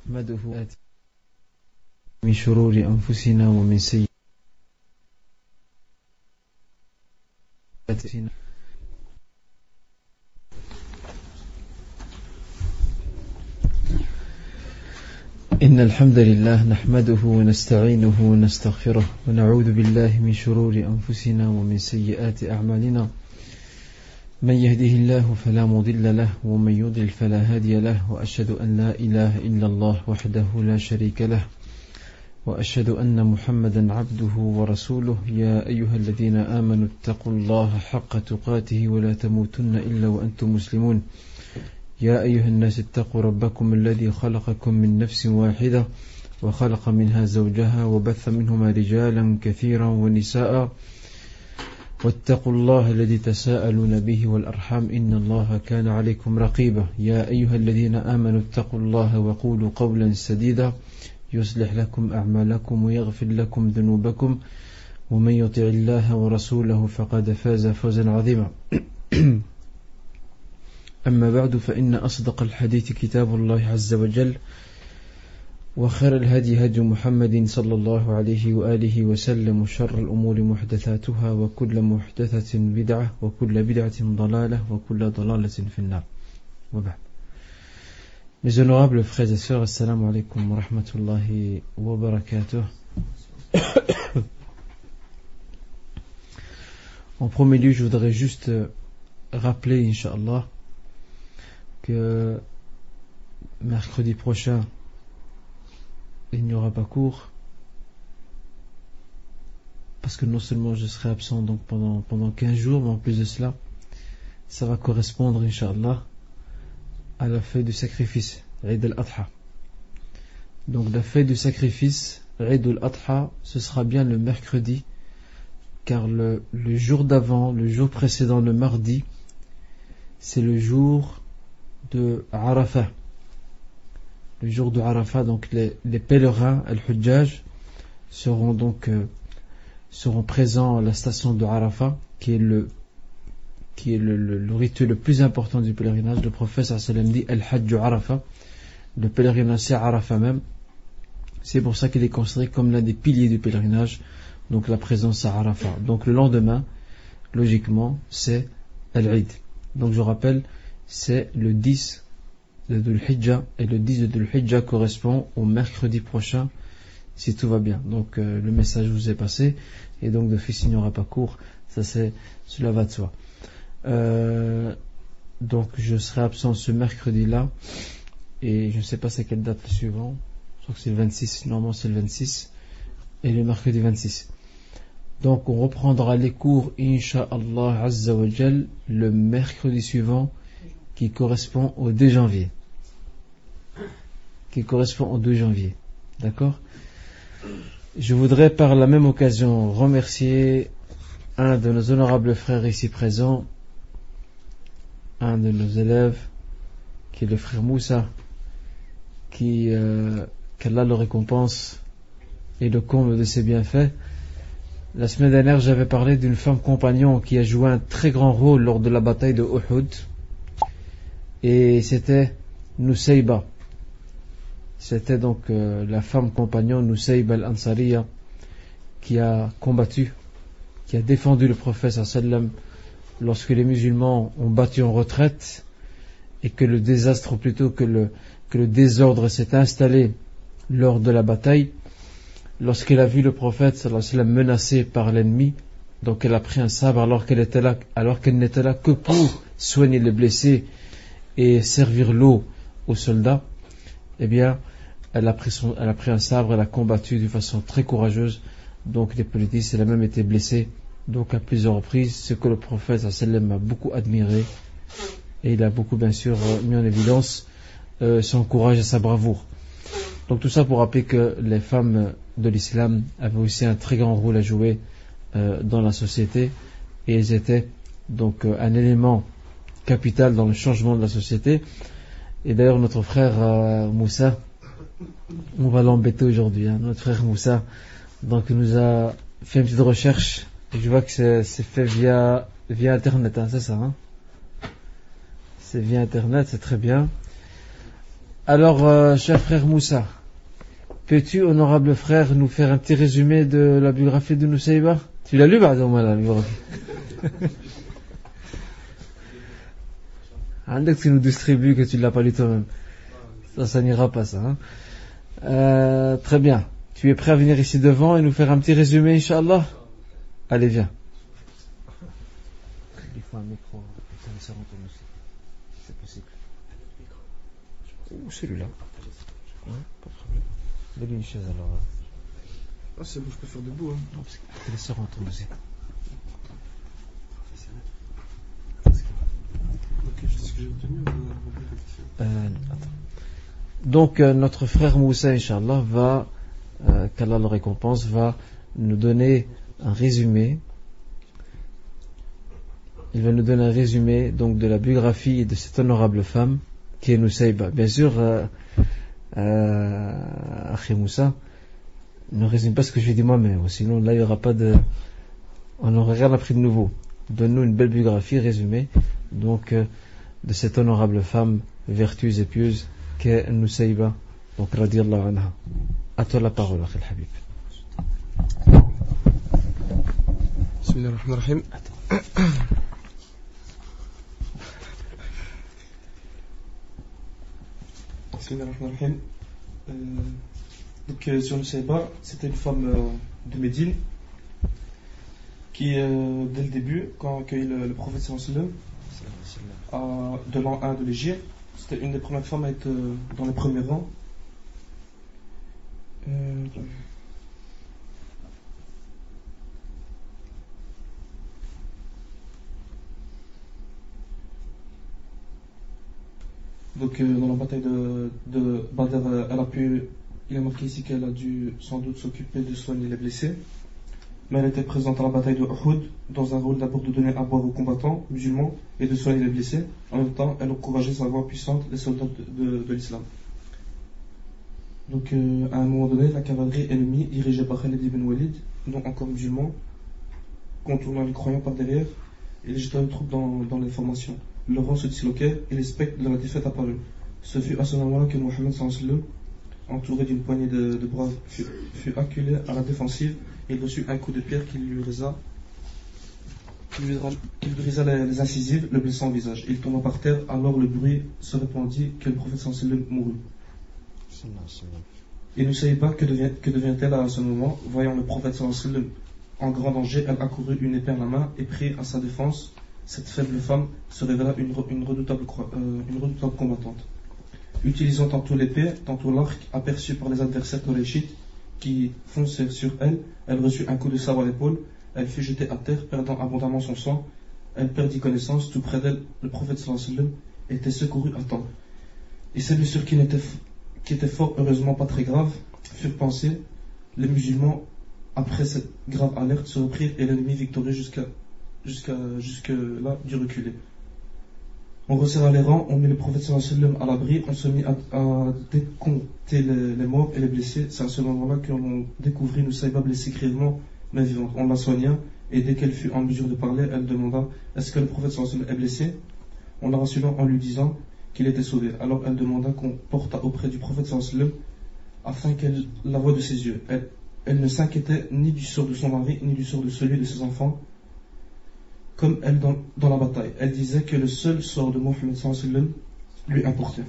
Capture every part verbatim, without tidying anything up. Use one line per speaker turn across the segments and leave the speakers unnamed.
نحمده من شرور أنفسنا ومن سيئات أعمالنا إن الحمد لله نحمده ونستعينه ونستغفره ونعوذ بالله من شرور أنفسنا ومن سيئات أعمالنا من يهده الله فلا مضل له ومن يضلل فلا هادي له وأشهد أن لا إله إلا الله وحده لا شريك له وأشهد أن محمدا عبده ورسوله يا أيها الذين آمنوا اتقوا الله حق تقاته ولا تموتن إلا وأنتم مسلمون يا أيها الناس اتقوا ربكم الذي خلقكم من نفس واحدة وخلق منها زوجها وبث منهما رجالا كثيرا ونساء واتقوا الله الذي تساءلون به والأرحام إن الله كان عليكم رقيبا يا أيها الذين آمنوا اتقوا الله وقولوا قولا سديدا يصلح لكم أعمالكم ويغفر لكم ذنوبكم ومن يطع الله ورسوله فقد فاز فوزا عظيما أما بعد فإن أصدق الحديث كتاب الله عز وجل وخير الهدي هدي محمد صلى الله عليه وآله وسلم وشر الأمور محدثاتها وكل محدثة بدعة وكل بدعة ضلالة وكل ضلالة في النار وبعد. Mes honorables frères et sœurs, assalamu alaikum wa rahmatullahi wa barakatuh. En premier lieu, je voudrais juste rappeler, Inch'Allah, que mercredi prochain, il n'y aura pas cours, parce que non seulement je serai absent donc pendant, pendant quinze jours, mais en plus de cela, ça va correspondre, Inch'Allah, à la fête du sacrifice, Eid al-Adha. Donc la fête du sacrifice, Eid al-Adha, ce sera bien le mercredi, car le, le jour d'avant, le jour précédent, le mardi, c'est le jour de Arafah. Le jour de Arafah, donc les, les pèlerins, al-Hujjaj, seront donc euh, seront présents à la station de Arafah, qui est le qui est le, le, le rituel le plus important du pèlerinage. Le prophète sallallahu alayhi wa sallam dit al-Hajj Arafah, le pèlerinage c'est Arafah même. C'est pour ça qu'il est considéré comme l'un des piliers du pèlerinage, donc la présence à Arafah. Donc le lendemain, logiquement, c'est Al-Eid. Donc je rappelle, c'est le dix de Dhul Hijjah, et le dix de Dhul Hijjah correspond au mercredi prochain, si tout va bien. Donc euh, le message vous est passé, et donc de fils il n'y aura pas cours, ça c'est, cela va de soi. Euh, donc je serai absent ce mercredi-là, et je ne sais pas c'est quelle date le suivant, je crois que c'est le vingt-six, normalement c'est le vingt-six, et le mercredi vingt-six. Donc on reprendra les cours, Inch'Allah Azza wa Jal, le mercredi suivant, qui correspond au deux janvier. Qui correspond au deux janvier. D'accord ? Je voudrais par la même occasion remercier un de nos honorables frères ici présents, un de nos élèves, qui est le frère Moussa, qui, euh, qu'Allah le récompense et le comble de ses bienfaits. La semaine dernière, j'avais parlé d'une femme compagnon qui a joué un très grand rôle lors de la bataille de Uhud, et c'était Nusayba. C'était donc euh, la femme compagnon Nusayba al-Ansariya qui a combattu, qui a défendu le prophète sallallahu alayhi wa sallam lorsque les musulmans ont battu en retraite et que le désastre, ou plutôt que le, que le désordre s'est installé lors de la bataille. Lorsqu'elle a vu le prophète sallallahu alayhi wa sallam menacé par l'ennemi, donc elle a pris un sabre alors qu'elle était là, alors qu'elle n'était là que pour soigner les blessés et servir l'eau aux soldats. Eh bien, elle a pris son, elle a pris un sabre, elle a combattu de façon très courageuse. Donc les politistes, elle a même été blessée, donc à plusieurs reprises, ce que le prophète sallallahu alayhi wa sallam a beaucoup admiré, et il a beaucoup bien sûr mis en évidence euh, son courage et sa bravoure. Donc tout ça pour rappeler que les femmes de l'islam avaient aussi un très grand rôle à jouer euh, dans la société, et elles étaient donc euh, un élément capital dans le changement de la société. Et d'ailleurs notre frère euh, Moussa, on va l'embêter aujourd'hui, hein, notre frère Moussa, donc il nous a fait une petite recherche, et je vois que c'est, c'est fait via, via internet, hein, c'est ça, hein, c'est via internet, c'est très bien. Alors, euh, cher frère Moussa, peux-tu, honorable frère, nous faire un petit résumé de la biographie de Nusayba? Tu l'as lu, pardon, moi, la biographie. Un que tu nous distribues que tu ne l'as pas lu toi-même. Ça, ça n'ira pas, ça. Hein. Euh, très bien. Tu es prêt à venir ici devant et nous faire un petit résumé, Inch'Allah? Allez, viens. Il faut un micro. Ça retourne aussi. C'est possible. Ou celui-là. Ouais, pas de problème. Donne-lui une chaise alors.
Ah, c'est bon, je peux faire debout. Hein.
Non, parce que les sœurs retournent aussi.
Ok, je sais ce que j'ai retenu.
Euh, attends. Donc, euh, notre frère Moussa, Inch'Allah, va, euh, qu'Allah le récompense, va nous donner un résumé. Il va nous donner un résumé donc de la biographie de cette honorable femme qui est Nusayba. Bien sûr, euh, euh, Akhi Moussa ne résume pas ce que je dis moi-même, sinon là il n'y aura pas de, on n'aurait rien appris de nouveau. Donne-nous une belle biographie résumée donc euh, de cette honorable femme vertueuse et pieuse qu'est Nusayba. Donc radiyallahu anha. À toi la parole, Akhi al-Habib.
Bismillahirrahmanirrahim. Bismillahirrahmanirrahim. Euh, donc euh, sur Nusayba, c'était une femme euh, de Médine qui, euh, dès le début, quand a accueilli le, le prophète sallallahu alayhi wa sallam, de l'an un de l'Égypte, c'était une des premières femmes à être euh, dans les premiers rangs. Euh, Donc euh, dans la bataille de, de Badr, elle a pu, il est marqué ici qu'elle a dû sans doute s'occuper de soigner les blessés. Mais elle était présente à la bataille de Uhud dans un rôle d'abord de donner à boire aux combattants musulmans et de soigner les blessés. En même temps, elle encourageait sa voix puissante les soldats de, de, de l'islam. Donc euh, à un moment donné, la cavalerie ennemie dirigée par Khalid ibn Walid, non encore musulman, contournant les croyants par derrière, et les jeta de troupes dans, dans les formations. Le rang se disloquait et les spectres de la défaite apparurent. Ce fut à ce moment-là que Mohammed sallallahu alayhi wa sallam, entouré d'une poignée de, de braves, fut, fut acculé à la défensive et il reçut un coup de pierre qui lui brisa, qui lui, qui lui brisa les, les incisives, le blessant au visage. Il tomba par terre, alors le bruit se répandit que le prophète sallallahu alayhi wa sallam mourut. Et ne savait pas que, devient, que devient-elle à ce moment. Voyant le prophète sallallahu alayhi wa sallam en grand danger, elle accourut une épée à la main et prit à sa défense. Cette faible femme se révéla une, une, redoutable, euh, une redoutable combattante. Utilisant tantôt l'épée, tantôt l'arc, aperçue par les adversaires korachites qui foncèrent sur elle, elle reçut un coup de sabre à l'épaule, elle fut jetée à terre, perdant abondamment son sang. Elle perdit connaissance, tout près d'elle, le prophète sallallahu alayhi wa sallam était secouru à temps. Et ces blessures qui n'étaient, qui étaient fort heureusement pas très graves, furent pansées. Les musulmans, après cette grave alerte, se reprirent et l'ennemi victorieux jusqu'à jusqu'à jusque là dut reculer. On resserra les rangs, on mit le prophète sallallahu alayhi wa sallam à l'abri, on se mit à, à décompter les, les morts et les blessés. C'est à ce moment-là qu'on découvrit Nusayba blessée grièvement mais vivante. On la soigna et dès qu'elle fut en mesure de parler, elle demanda: est-ce que le prophète sallallahu alayhi wa sallam est blessé? On la rassura en lui disant qu'il était sauvé. Alors elle demanda qu'on porta auprès du prophète sallallahu alayhi wa sallam afin qu'elle la voie de ses yeux. Elle, elle ne s'inquiétait ni du sort de son mari ni du sort de celui de ses enfants, comme elle dans, dans la bataille. Elle disait que le seul sort de Mohammed sallallahu alayhi wa sallam lui importait.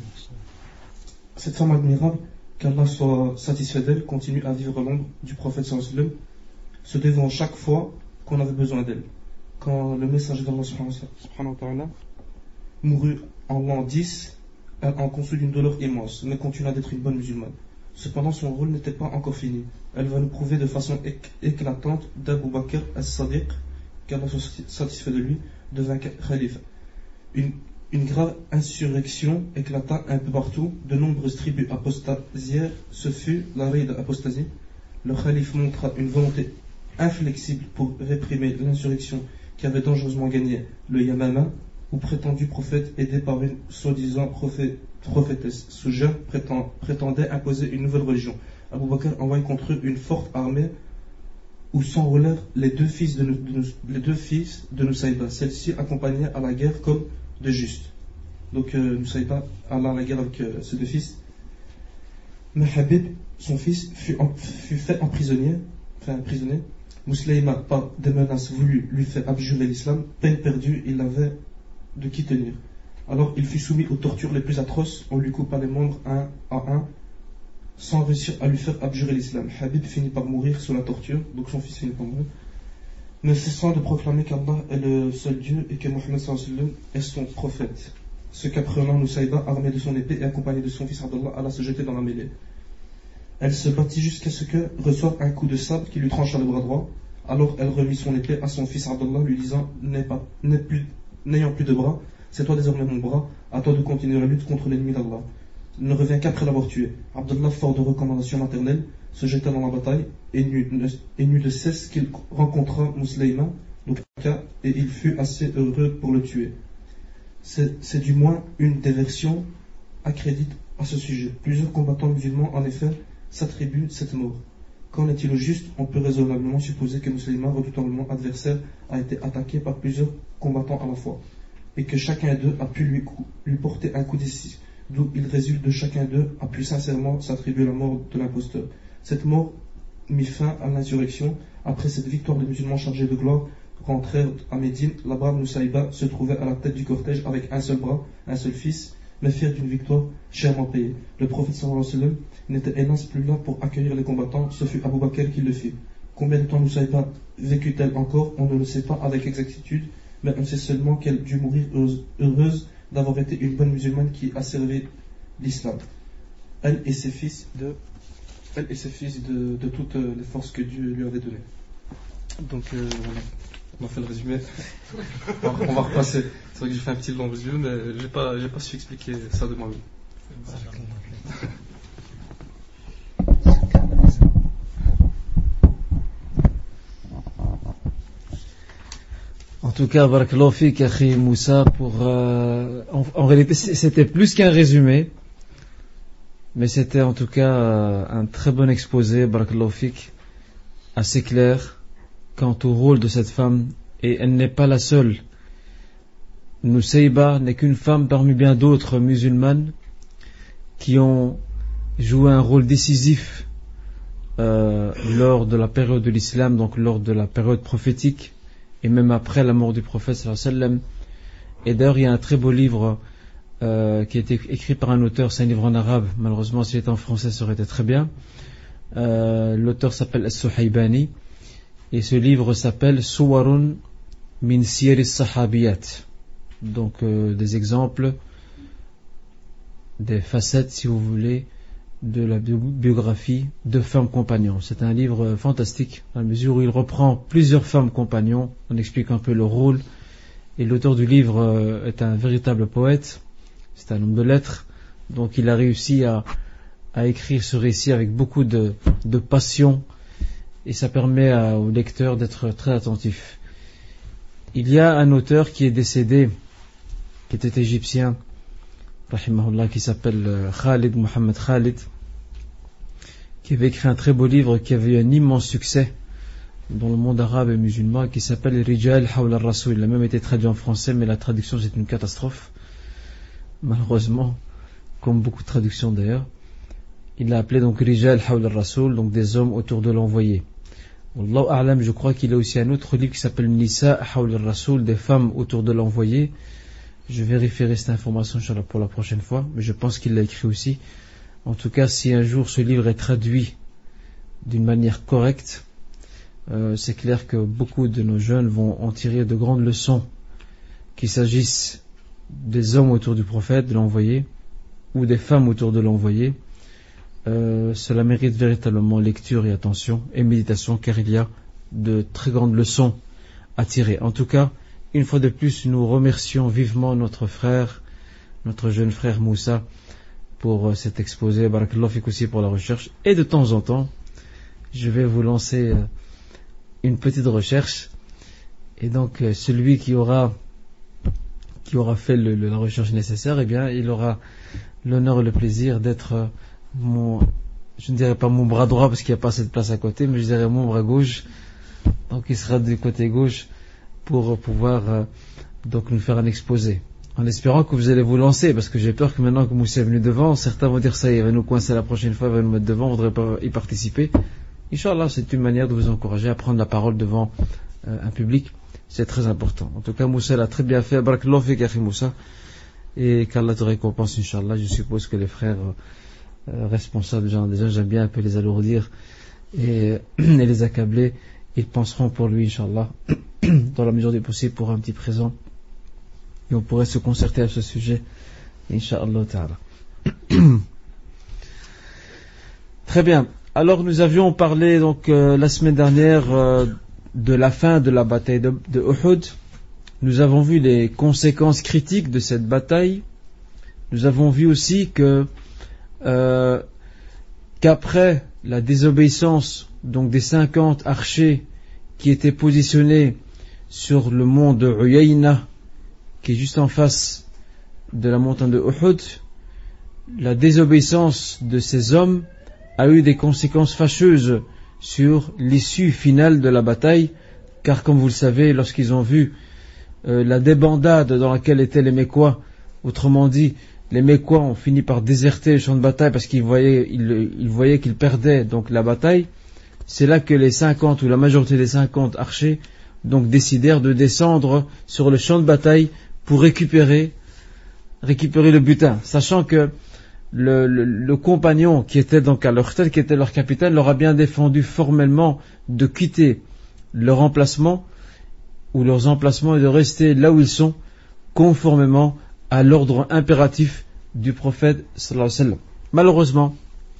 Cette femme admirable, qu'Allah soit satisfait d'elle, continue à vivre l'ombre du prophète sallallahu alayhi wa sallam, se dévouant chaque fois qu'on avait besoin d'elle. Quand le messager d'Allah subhanahu wa ta'ala mourut en l'an dix, elle en conçut d'une douleur immense, mais continua d'être une bonne musulmane. Cependant, son rôle n'était pas encore fini. Elle va nous prouver de façon éc- éclatante d'Abu Bakr as-Sadiq, qu'Allah soit satisfait de lui, devint khalife. Une, une grave insurrection éclata un peu partout. De nombreuses tribus apostasièrent. Ce fut la raie d'apostasie. Le khalife montra une volonté inflexible pour réprimer l'insurrection qui avait dangereusement gagné le Yamama, où prétendu prophète aidé par une soi-disant prophète, prophétesse sous jeûne prétend, prétendait imposer une nouvelle religion. Abu Bakr envoya contre eux une forte armée où s'enrôlèrent les deux fils de, de, les deux fils de Nusayba. Celle-ci accompagnait à la guerre comme de justes. Donc euh, Nusayba alla à la guerre avec euh, ses deux fils Mais Habib, son fils, fut, en, fut fait emprisonner, fait emprisonner. Mouslayma, par des menaces voulues, lui fait abjurer l'islam. Peine perdue, il avait de qui tenir. Alors il fut soumis aux tortures les plus atroces. On lui coupa les membres un à un, sans réussir à lui faire abjurer l'islam. Habib finit par mourir sous la torture, donc son fils finit par mourir, ne cessant de proclamer qu'Allah est le seul Dieu et que Mohammed sallallahu alayhi wa sallam est son prophète. Ce qu'apprenant Nusayba, armé de son épée et accompagné de son fils Abdallah, alla se jeter dans la mêlée. Elle se battit jusqu'à ce que reçoive un coup de sabre qui lui trancha le bras droit. Alors elle remit son épée à son fils Abdallah, lui disant: N'ayant pas, plus, n'ayant plus de bras, c'est toi désormais mon bras, à toi de continuer la lutte contre l'ennemi d'Allah. Il ne revient qu'après l'avoir tué. Abdallah, fort de recommandations maternelles, se jeta dans la bataille et n'eut de cesse qu'il rencontra Mouslayma, donc et il fut assez heureux pour le tuer. C'est, c'est du moins une des versions accrédite à ce sujet. Plusieurs combattants musulmans, en effet, s'attribuent cette mort. Qu'en est-il au juste? On peut raisonnablement supposer que Mouslayma, redoutablement adversaire, a été attaqué par plusieurs combattants à la fois, et que chacun d'eux a pu lui, lui porter un coup décisif, d'où il résulte de chacun d'eux a pu sincèrement s'attribuer la mort de l'imposteur. Cette mort mit fin à l'insurrection. Après cette victoire, les musulmans chargés de gloire rentrèrent à Médine. La brave Nusayba se trouvait à la tête du cortège avec un seul bras, un seul fils, mais fier d'une victoire chèrement payée. Le prophète sallallahu alayhi wa sallam n'était hélas plus là pour accueillir les combattants, ce fut Abu Bakr qui le fit. Combien de temps Nusayba vécut-elle encore? On ne le sait pas avec exactitude, mais on sait seulement qu'elle dut mourir heureuse d'avoir été une bonne musulmane qui a servi l'islam. Elle et ses fils de, elle et ses fils de, de toutes les forces que Dieu lui avait données. Donc euh, voilà, on a fait le résumé. On va repasser. C'est vrai que j'ai fait un petit long résumé, mais j'ai pas, j'ai pas su expliquer ça de moi-même.
En tout cas, barakallahu fik, akhi Moussa, pour euh, en, en réalité c'était plus qu'un résumé, mais c'était en tout cas euh, un très bon exposé, barakallahu fik, assez clair quant au rôle de cette femme, et elle n'est pas la seule. Nusayba n'est qu'une femme parmi bien d'autres musulmanes qui ont joué un rôle décisif euh, lors de la période de l'islam, donc lors de la période prophétique, et même après la mort du prophète sallallahu alayhi wa sallam. Et d'ailleurs il y a un très beau livre euh, qui a été écrit par un auteur, c'est un livre en arabe, malheureusement s'il était en français ça aurait été très bien. Euh, l'auteur s'appelle As-Suhaybani et ce livre s'appelle Suwarun min Siyar as-Sahabiyat, donc euh, des exemples, des facettes si vous voulez de la biographie de femmes compagnons. C'est un livre fantastique dans la mesure où il reprend plusieurs femmes compagnons, on explique un peu leur rôle, et l'auteur du livre est un véritable poète, c'est un homme de lettres, donc il a réussi à, à écrire ce récit avec beaucoup de, de passion, et ça permet à, au lecteur d'être très attentif. Il y a un auteur qui est décédé, qui était égyptien, rahimahullah, qui s'appelle Khalid, Mohammed Khalid, qui avait écrit un très beau livre qui avait eu un immense succès dans le monde arabe et musulman, qui s'appelle Rijal Hawla al-Rasoul. Il a même été traduit en français, mais la traduction c'est une catastrophe, malheureusement, comme beaucoup de traductions d'ailleurs. Il l'a appelé donc Rijal Hawla al-Rasoul, donc des hommes autour de l'envoyé. Wallahu a'lam, je crois qu'il a aussi un autre livre qui s'appelle Nisa Hawla al-Rasoul, des femmes autour de l'envoyé. Je vérifierai cette information pour la prochaine fois, mais je pense qu'il l'a écrit aussi. En tout cas, si un jour ce livre est traduit d'une manière correcte, euh, c'est clair que beaucoup de nos jeunes vont en tirer de grandes leçons, qu'il s'agisse des hommes autour du prophète, de l'envoyé, ou des femmes autour de l'envoyé. Euh, cela mérite véritablement lecture et attention et méditation, car il y a de très grandes leçons à tirer. En tout cas, une fois de plus, nous remercions vivement notre frère, notre jeune frère Moussa, pour cet exposé. Barakallahu fik aussi pour la recherche. Et de temps en temps, je vais vous lancer une petite recherche. Et donc, celui qui aura, qui aura fait le, le, la recherche nécessaire, eh bien, il aura l'honneur et le plaisir d'être mon, je ne dirais pas mon bras droit parce qu'il n'y a pas assez de place à côté, mais je dirais mon bras gauche. Donc, il sera du côté gauche pour pouvoir euh, donc nous faire un exposé. en espérant que vous allez vous lancer, parce que j'ai peur que maintenant que Moussa est venu devant, certains vont dire ça, il va nous coincer la prochaine fois, il va nous mettre devant, on voudrait pas y participer. Inch'Allah, c'est une manière de vous encourager à prendre la parole devant euh, un public, c'est très important. En tout cas, Moussa l'a très bien fait, barakallahu fik akhi Moussa, et qu'Allah te récompense, Inch'Allah. Je suppose que les frères euh, responsables, genre, déjà j'aime bien un peu les alourdir et, et les accabler, ils penseront pour lui, Inch'Allah, dans la mesure du possible, pour un petit présent. Et on pourrait se concerter à ce sujet, Inch'Allah ta'ala. Très bien. Alors nous avions parlé donc euh, la semaine dernière euh, de la fin de la bataille de, de Uhud. Nous avons vu les conséquences critiques de cette bataille. Nous avons vu aussi que euh, qu'après la désobéissance donc des cinquante archers qui étaient positionnés sur le mont de Uyayna, qui est juste en face de la montagne de Uhud, la désobéissance de ces hommes a eu des conséquences fâcheuses sur l'issue finale de la bataille, car comme vous le savez, lorsqu'ils ont vu euh, la débandade dans laquelle étaient les Mécois, autrement dit, les Mécois ont fini par déserter le champ de bataille parce qu'ils voyaient, ils, ils voyaient qu'ils perdaient donc la bataille. C'est là que les cinquante ou la majorité des cinquante archers donc décidèrent de descendre sur le champ de bataille pour récupérer, récupérer le butin, sachant que le, le, le compagnon qui était donc à leur tête, qui était leur capitaine, leur a bien défendu formellement de quitter leur emplacement ou leurs emplacements et de rester là où ils sont, conformément à l'ordre impératif du prophète sallallahu alayhi wa sallam. Malheureusement,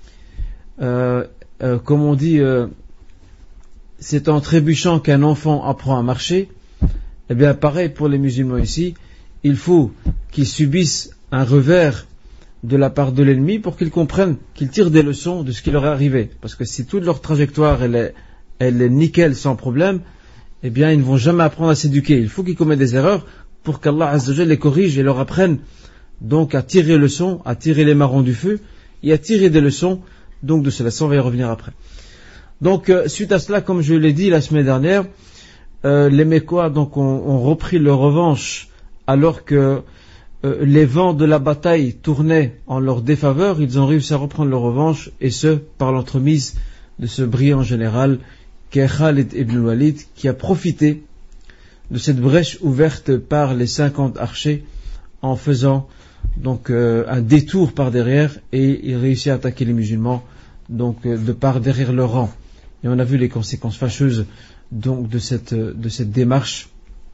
euh, euh, comme on dit, euh, c'est en trébuchant qu'un enfant apprend à marcher. Eh bien, pareil pour les musulmans ici. Il faut qu'ils subissent un revers de la part de l'ennemi pour qu'ils comprennent, qu'ils tirent des leçons de ce qui leur est arrivé. Parce que si toute leur trajectoire elle est, elle est nickel sans problème, eh bien ils ne vont jamais apprendre à s'éduquer. Il faut qu'ils commettent des erreurs pour qu'Allah Azza wa Jalla les corrige et leur apprenne donc à tirer leçon, à tirer les marrons du feu et à tirer des leçons donc de cela. Ça, on va y revenir après. Donc euh, suite à cela, comme je l'ai dit la semaine dernière, euh, les Mécois donc ont, ont repris leur revanche alors que euh, les vents de la bataille tournaient en leur défaveur. Ils ont réussi à reprendre leur revanche, et ce par l'entremise de ce brillant général qui est Khalid ibn Walid, qui a profité de cette brèche ouverte par les cinquante archers en faisant donc euh, un détour par derrière, et il réussit à attaquer les musulmans donc euh, de par derrière leur rang. Et on a vu les conséquences fâcheuses donc de cette de cette démarche.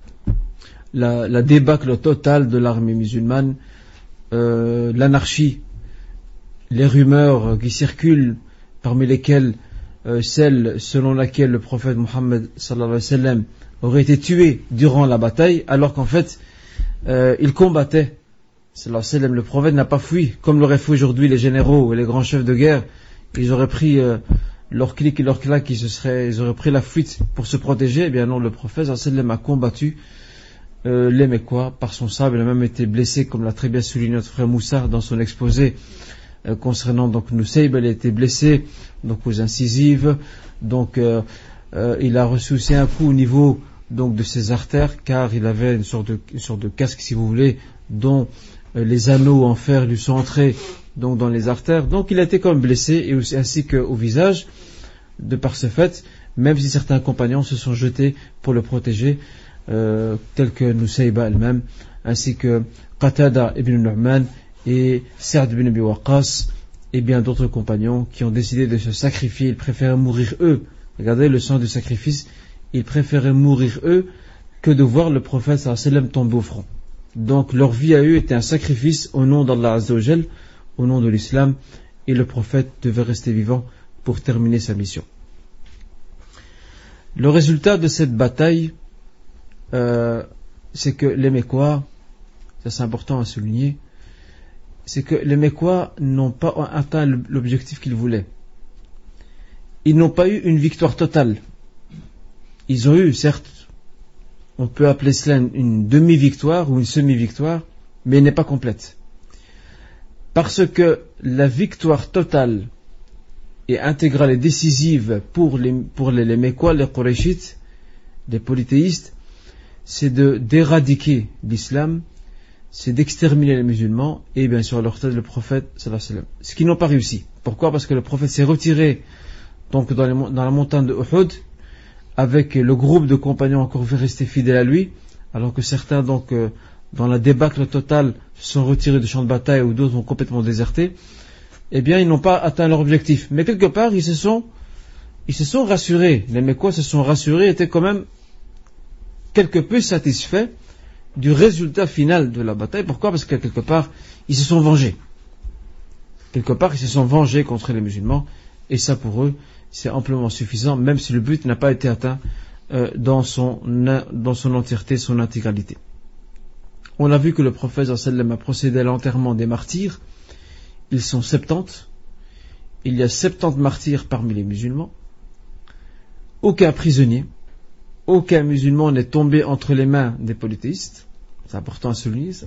La, la débâcle totale de l'armée musulmane, euh, l'anarchie, les rumeurs qui circulent, parmi lesquelles euh, celle selon laquelle le prophète Mohammed sallallahu alayhi wa sallam aurait été tué durant la bataille, alors qu'en fait euh, il combattait. Sallallahu alayhi wa sallam, le prophète n'a pas fui, comme l'auraient fait aujourd'hui les généraux et les grands chefs de guerre. Ils auraient pris euh, leur clic et leur claque, ils, se seraient, ils auraient pris la fuite pour se protéger. Eh bien non, le prophète sallallahu alayhi wa sallam a combattu Euh, les Mécois par son sabre. Il a même été blessé, comme l'a très bien souligné notre frère Moussa dans son exposé euh, concernant donc Nusayb. Il a été blessé donc aux incisives, donc euh, euh, il a reçu aussi un coup au niveau donc de ses artères, car il avait une sorte de, une sorte de casque, si vous voulez, dont euh, les anneaux en fer lui sont entrés donc dans les artères. Donc il a été quand même blessé, et aussi, ainsi qu'au visage, de par ce fait, même si certains compagnons se sont jetés pour le protéger, Euh, tels que Nusayba elle-même, ainsi que Qatada ibn Nu'man et Sa'd ibn Abi Waqqas et bien d'autres compagnons qui ont décidé de se sacrifier. Ils préféraient mourir eux. Regardez le sens du sacrifice. Ils préféraient mourir eux que de voir le prophète sallallahu alayhi wa sallam tomber au front. Donc leur vie à eux était un sacrifice au nom d'Allah Azza wa Jal, au nom de l'islam, et le prophète devait rester vivant pour terminer sa mission. Le résultat de cette bataille, Euh, c'est que les Mécois, ça c'est important à souligner, c'est que les Mécois n'ont pas atteint l'objectif qu'ils voulaient. Ils n'ont pas eu une victoire totale. Ils ont eu, certes, on peut appeler cela une, une demi-victoire ou une semi-victoire, mais elle n'est pas complète. Parce que la victoire totale et intégrale et décisive pour les, pour les, les Mécois, les Qurayshites, les polythéistes, c'est de d'éradiquer l'islam, c'est d'exterminer les musulmans et bien sûr leur tête le prophète sallallahu alayhi wa sallam. Ce qu'ils n'ont pas réussi. Pourquoi? Parce que le prophète s'est retiré donc dans, les, dans la montagne de Uhud avec le groupe de compagnons encore restés fidèles à lui, alors que certains donc euh, dans la débâcle totale se sont retirés du champ de bataille ou d'autres ont complètement déserté. Eh bien ils n'ont pas atteint leur objectif. Mais quelque part ils se sont ils se sont rassurés. Les Mécois se sont rassurés, étaient quand même quelque peu satisfaits du résultat final de la bataille. Pourquoi? Parce que quelque part ils se sont vengés. Quelque part ils se sont vengés contre les musulmans, et ça pour eux c'est amplement suffisant, même si le but n'a pas été atteint euh, dans, son, dans son entièreté, son intégralité. On a vu que le prophète sallallahu alayhi wa sallam a procédé à l'enterrement des martyrs. Ils sont soixante. Il y a soixante martyrs parmi les musulmans. Aucun prisonnier, aucun musulman n'est tombé entre les mains des polythéistes. C'est important à souligner ça.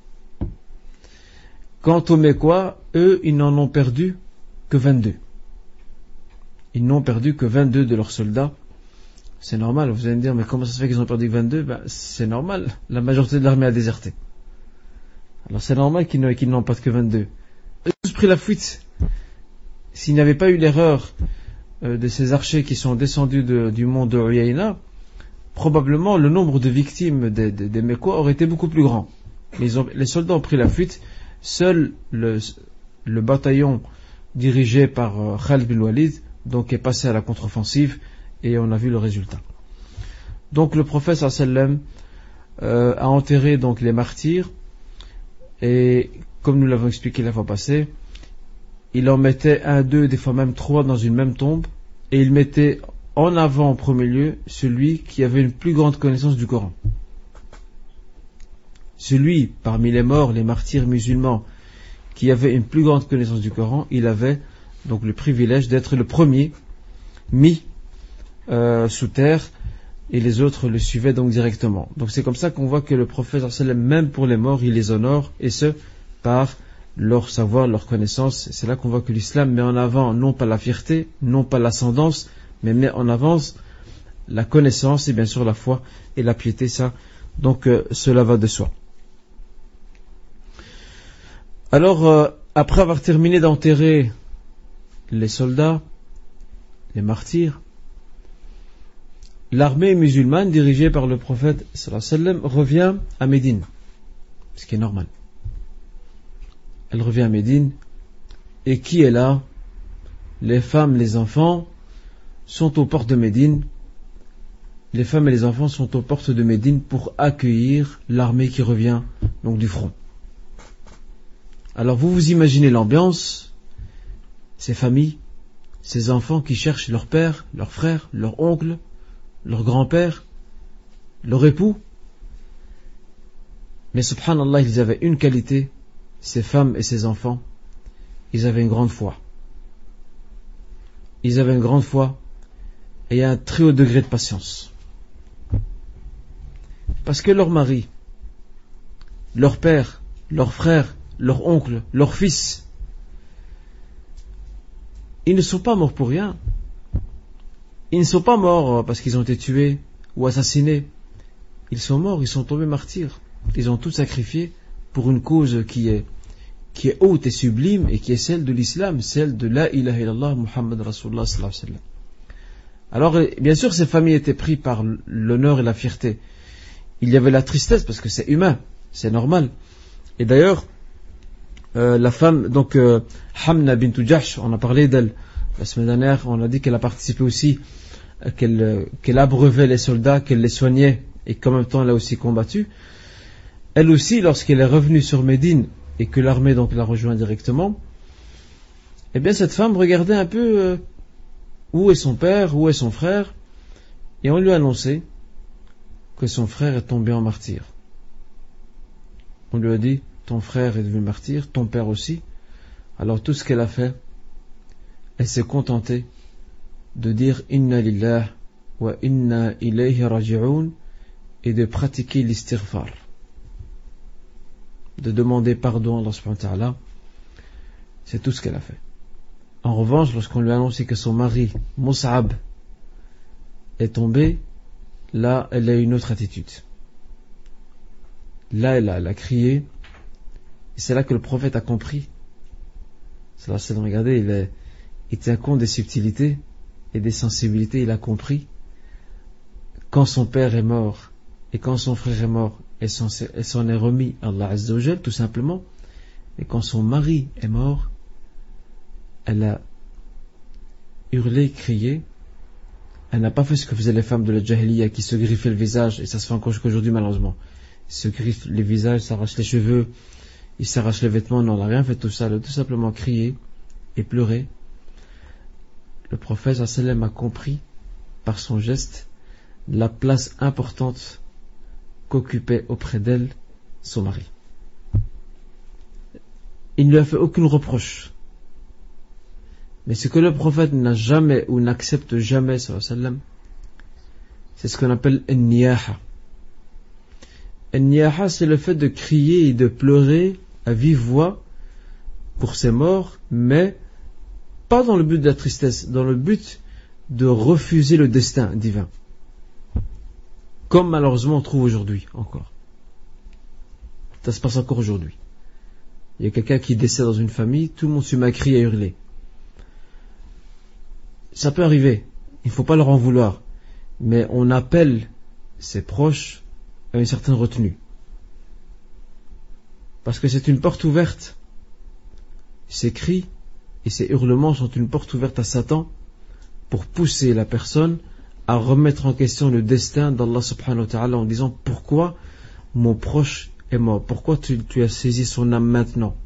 Quant aux Mécois, eux, ils n'en ont perdu que vingt-deux. Ils n'ont perdu que vingt-deux de leurs soldats. C'est normal, vous allez me dire, mais comment ça se fait qu'ils ont perdu vingt-deux? Ben, c'est normal, la majorité de l'armée a déserté. Alors c'est normal qu'ils n'ont, qu'ils n'ont pas que vingt-deux. Ils ont tous pris la fuite. S'il n'y avait pas eu l'erreur euh, de ces archers qui sont descendus de, du mont de Uyayna, probablement le nombre de victimes des, des, des Mécois aurait été beaucoup plus grand. Mais ils ont, les soldats ont pris la fuite. Seul le, le bataillon dirigé par euh, Khalid bin Walid donc est passé à la contre-offensive, et on a vu le résultat. Donc le prophète sallallahu alayhi wa sallam euh, a enterré donc les martyrs, et comme nous l'avons expliqué la fois passée, il en mettait un, deux, des fois même trois dans une même tombe, et il mettait en avant en premier lieu celui qui avait une plus grande connaissance du Coran. Celui parmi les morts, les martyrs musulmans, qui avait une plus grande connaissance du Coran, il avait donc le privilège d'être le premier mis euh, sous terre, et les autres le suivaient donc directement. Donc c'est comme ça qu'on voit que le prophète sallallahu alayhi wa sallam, même pour les morts, il les honore, et ce par leur savoir, leur connaissance. C'est là qu'on voit que l'islam met en avant non pas la fierté, non pas l'ascendance, mais met en avant la connaissance et bien sûr la foi et la piété. Ça, donc euh, cela va de soi. Alors euh, après avoir terminé d'enterrer les soldats, les martyrs, l'armée musulmane dirigée par le prophète sallallahu alayhi wa sallam revient à Médine, ce qui est normal. Elle revient à Médine, et qui est là? Les femmes, les enfants sont aux portes de Médine. Les femmes et les enfants sont aux portes de Médine pour accueillir l'armée qui revient donc du front. Alors vous vous imaginez l'ambiance, ces familles, ces enfants qui cherchent leur père, leur frère, leur oncle, leur grand-père, leur époux. Mais subhanallah, ils avaient une qualité, ces femmes et ces enfants, ils avaient une grande foi. Ils avaient une grande foi et un très haut degré de patience. Parce que leur mari, leur père, leur frère, leur oncle, leur fils, ils ne sont pas morts pour rien. Ils ne sont pas morts parce qu'ils ont été tués ou assassinés. Ils sont morts, ils sont tombés martyrs. Ils ont tout sacrifié pour une cause qui est, qui est haute et sublime, et qui est celle de l'islam, celle de la ilaha illallah Muhammad Rasulullah sallallahu alayhi wa sallam. Alors, bien sûr, ces familles étaient prises par l'honneur et la fierté. Il y avait la tristesse parce que c'est humain, c'est normal. Et d'ailleurs, euh, la femme, donc euh, Hamna bint Jahsh, on a parlé d'elle la semaine dernière, on a dit qu'elle a participé aussi, euh, qu'elle, euh, qu'elle abreuvait les soldats, qu'elle les soignait, et qu'en même temps elle a aussi combattu. Elle aussi, lorsqu'elle est revenue sur Médine et que l'armée donc l'a rejoint directement, eh bien cette femme regardait un peu euh, où est son père, où est son frère, et on lui a annoncé que son frère est tombé en martyr. On lui a dit, ton frère est devenu martyr, ton père aussi. Alors tout ce qu'elle a fait, elle s'est contentée de dire Inna lillah wa inna ilayhi raji'un, et de pratiquer l'istighfar, de demander pardon à Allah subhanahu wa ta'ala. C'est tout ce qu'elle a fait. En revanche, lorsqu'on lui a annoncé que son mari Mus'ab est tombé, là elle a une autre attitude. Là elle a, elle a crié Et c'est là que le prophète a compris. C'est là, regardez, il, est, il tient compte des subtilités et des sensibilités. Il a compris quand son père est mort et quand son frère est mort, elle s'en, elle s'en est remis à Allah Azza wa Jal, tout simplement. Et quand son mari est mort, elle a hurlé, crié. Elle n'a pas fait ce que faisaient les femmes de la Jahiliya qui se griffaient le visage, et ça se fait encore jusqu'aujourd'hui malheureusement. Ils se griffent les visages, s'arrachent les cheveux, ils s'arrachent les vêtements. Non, on n'a rien fait de tout ça. Elle a tout simplement crié et pleuré. Le prophète sallallahu alayhi wa sallam a compris par son geste la place importante qu'occupait auprès d'elle son mari. Il ne lui a fait aucune reproche. Mais ce que le prophète n'a jamais ou n'accepte jamais, sallallahu alayhi wa sallam, c'est ce qu'on appelle an-niyaha. An-niyaha, c'est le fait de crier et de pleurer à vive voix pour ses morts, mais pas dans le but de la tristesse, dans le but de refuser le destin divin. Comme malheureusement on trouve aujourd'hui encore. Ça se passe encore aujourd'hui. Il y a quelqu'un qui décède dans une famille, tout le monde se met à crier et à hurler. Ça peut arriver, il ne faut pas leur en vouloir, mais on appelle ses proches à une certaine retenue. Parce que c'est une porte ouverte. Ces cris et ces hurlements sont une porte ouverte à Satan pour pousser la personne à remettre en question le destin d'Allah subhanahu wa ta'ala en disant pourquoi mon proche est mort, pourquoi tu, tu as saisi son âme maintenant.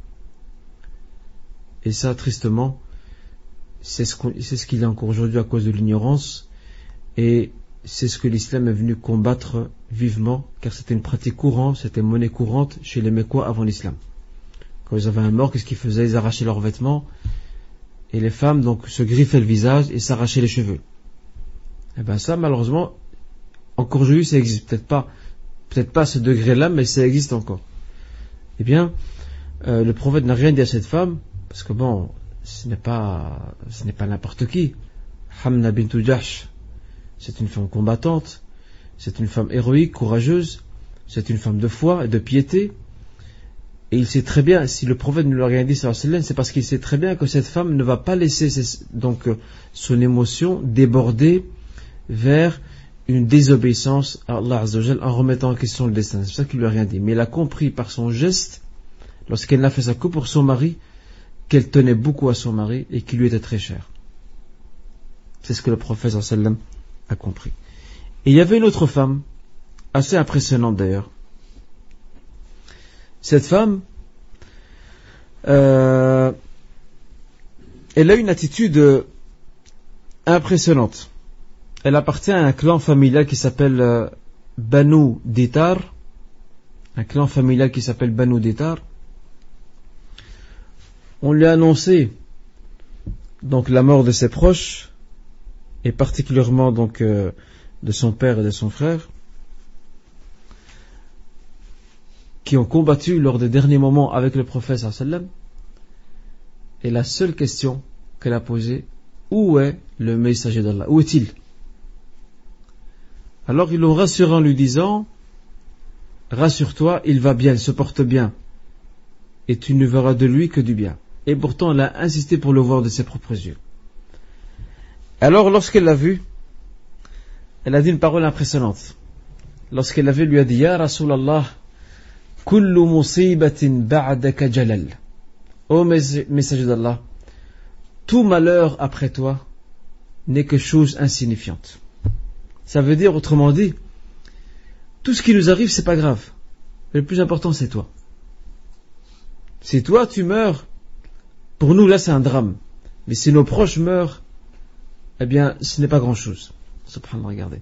Et ça, tristement, c'est ce, c'est ce qu'il y a encore aujourd'hui à cause de l'ignorance, et c'est ce que l'islam est venu combattre vivement, car c'était une pratique courante, c'était une monnaie courante chez les Mécois avant l'islam. Quand ils avaient un mort, qu'est-ce qu'ils faisaient? Ils arrachaient leurs vêtements, et les femmes donc se griffaient le visage et s'arrachaient les cheveux. Et bien ça, malheureusement, encore aujourd'hui, ça existe. Peut-être pas, peut-être pas à ce degré-là, mais ça existe encore. Eh bien, euh, le prophète n'a rien dit à cette femme, parce que bon, ce n'est pas, ce n'est pas n'importe qui. Hamna bint Jahsh, c'est une femme combattante, c'est une femme héroïque, courageuse, c'est une femme de foi et de piété. Et il sait très bien, si le prophète ne lui a rien dit, c'est parce qu'il sait très bien que cette femme ne va pas laisser ses, donc son émotion déborder vers une désobéissance à Allah Azza wa Jal en remettant en question le destin. C'est pour ça qu'il lui a rien dit. Mais il a compris par son geste, lorsqu'elle n'a fait ça que pour son mari, qu'elle tenait beaucoup à son mari et qu'il lui était très cher. C'est ce que le prophète sallallahu alayhi wa sallam a compris. Et il y avait une autre femme, assez impressionnante d'ailleurs. Cette femme, euh, elle a une attitude impressionnante. Elle appartient à un clan familial qui s'appelle euh, Banu Ditar, un clan familial qui s'appelle Banu Ditar. On lui a annoncé donc la mort de ses proches, et particulièrement donc euh, de son père et de son frère, qui ont combattu lors des derniers moments avec le prophète sallallahu alayhi wa sallam. Et la seule question qu'elle a posée, où est le messager d'Allah? Où est-il? Alors ils l'ont rassuré en lui disant, rassure-toi, il va bien, il se porte bien, et tu ne verras de lui que du bien. Et pourtant elle a insisté pour le voir de ses propres yeux. Alors lorsqu'elle l'a vu, elle a dit une parole impressionnante. Lorsqu'elle l'a vu, elle lui a dit, Ya Rasulallah, kullu musibatin ba'daka jalal. Ô messager d'Allah, tout malheur après toi n'est que chose insignifiante. Ça veut dire, autrement dit, tout ce qui nous arrive, c'est pas grave. Le plus important, c'est toi. Si toi, tu meurs, pour nous, là, c'est un drame. Mais si nos proches meurent, eh bien, ce n'est pas grand-chose. Subhanallah, regardez.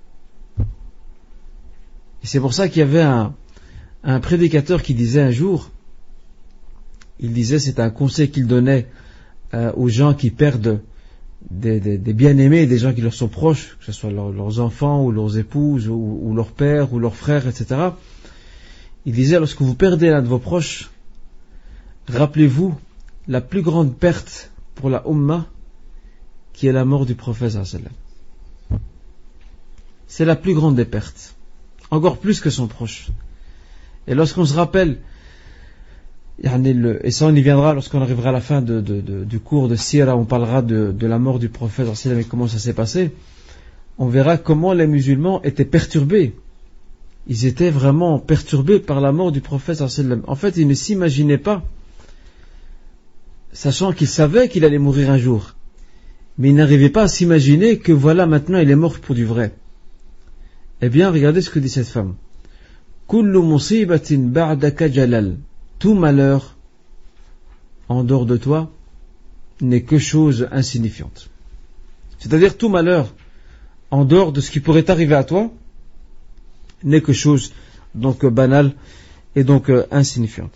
Et c'est pour ça qu'il y avait un, un prédicateur qui disait un jour, il disait, c'est un conseil qu'il donnait euh, aux gens qui perdent des, des, des bien-aimés, des gens qui leur sont proches, que ce soit leur, leurs enfants ou leurs épouses ou, ou leurs pères ou leurs frères, et cetera. Il disait, lorsque vous perdez l'un de vos proches, rappelez-vous la plus grande perte pour la Ummah, qui est la mort du prophète sallallahu alayhi wa sallam. C'est la plus grande des pertes, encore plus que son proche. Et lorsqu'on se rappelle Et ça, on y viendra lorsqu'on arrivera à la fin de, de, de, du cours de Sira, on parlera de, de la mort du prophète et comment ça s'est passé. On verra comment les musulmans étaient perturbés. Ils étaient vraiment perturbés par la mort du prophète. En fait, ils ne s'imaginaient pas, sachant qu'ils savaient qu'il allait mourir un jour. Mais ils n'arrivaient pas à s'imaginer que voilà, maintenant il est mort pour du vrai. Eh bien, regardez ce que dit cette femme. Kullu musibatin ba'daka jalal. Tout malheur en dehors de toi n'est que chose insignifiante. C'est-à-dire tout malheur en dehors de ce qui pourrait arriver à toi n'est que chose donc banale et donc euh, insignifiante.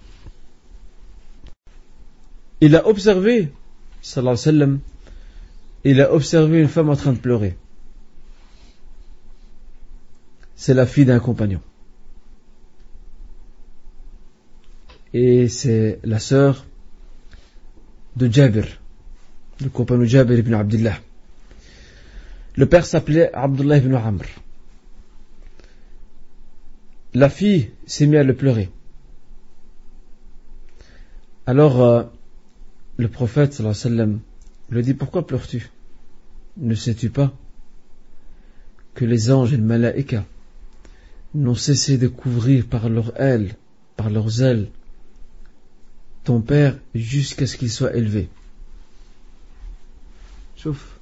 Il a observé, sallallahu alayhi wa sallam, il a observé une femme en train de pleurer. C'est la fille d'un compagnon. Et c'est la sœur de Jabir, le compagnon Jabir ibn Abdullah. Le père s'appelait Abdullah ibn Amr. La fille s'est mise à le pleurer. Alors, euh, le prophète, sallallahu alayhi wa sallam, lui dit, pourquoi pleures-tu? Ne sais-tu pas que les anges et le malaïka n'ont cessé de couvrir par leurs ailes, par leurs ailes, ton père jusqu'à ce qu'il soit élevé? Sauf,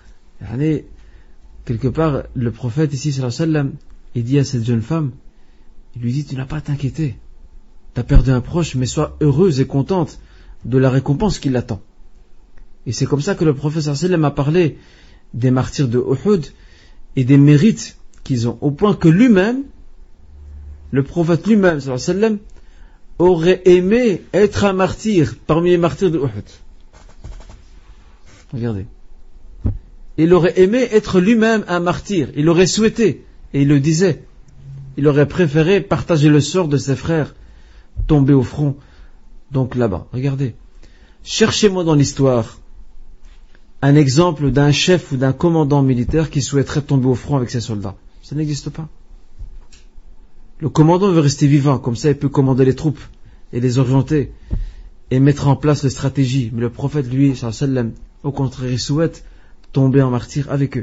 quelque part, le prophète ici, sallallahu alayhi wa sallam, il dit à cette jeune femme, il lui dit, tu n'as pas à t'inquiéter. Tu as perdu un proche, mais sois heureuse et contente de la récompense qui l'attend. Et c'est comme ça que le prophète sallallahu alayhi wa sallam a parlé des martyrs de Uhud et des mérites qu'ils ont, au point que lui-même, le prophète lui-même, sallallahu alayhi wa sallam, aurait aimé être un martyr parmi les martyrs de Uhud. Regardez. Il aurait aimé être lui-même un martyr. Il aurait souhaité, et il le disait, il aurait préféré partager le sort de ses frères tombés au front. Donc là-bas, regardez. Cherchez-moi dans l'histoire un exemple d'un chef ou d'un commandant militaire qui souhaiterait tomber au front avec ses soldats. Ça n'existe pas. Le commandant veut rester vivant, comme ça il peut commander les troupes et les orienter et mettre en place les stratégies. Mais le prophète, lui, sallallahu alayhi wa sallam, au contraire, il souhaite tomber en martyr avec eux.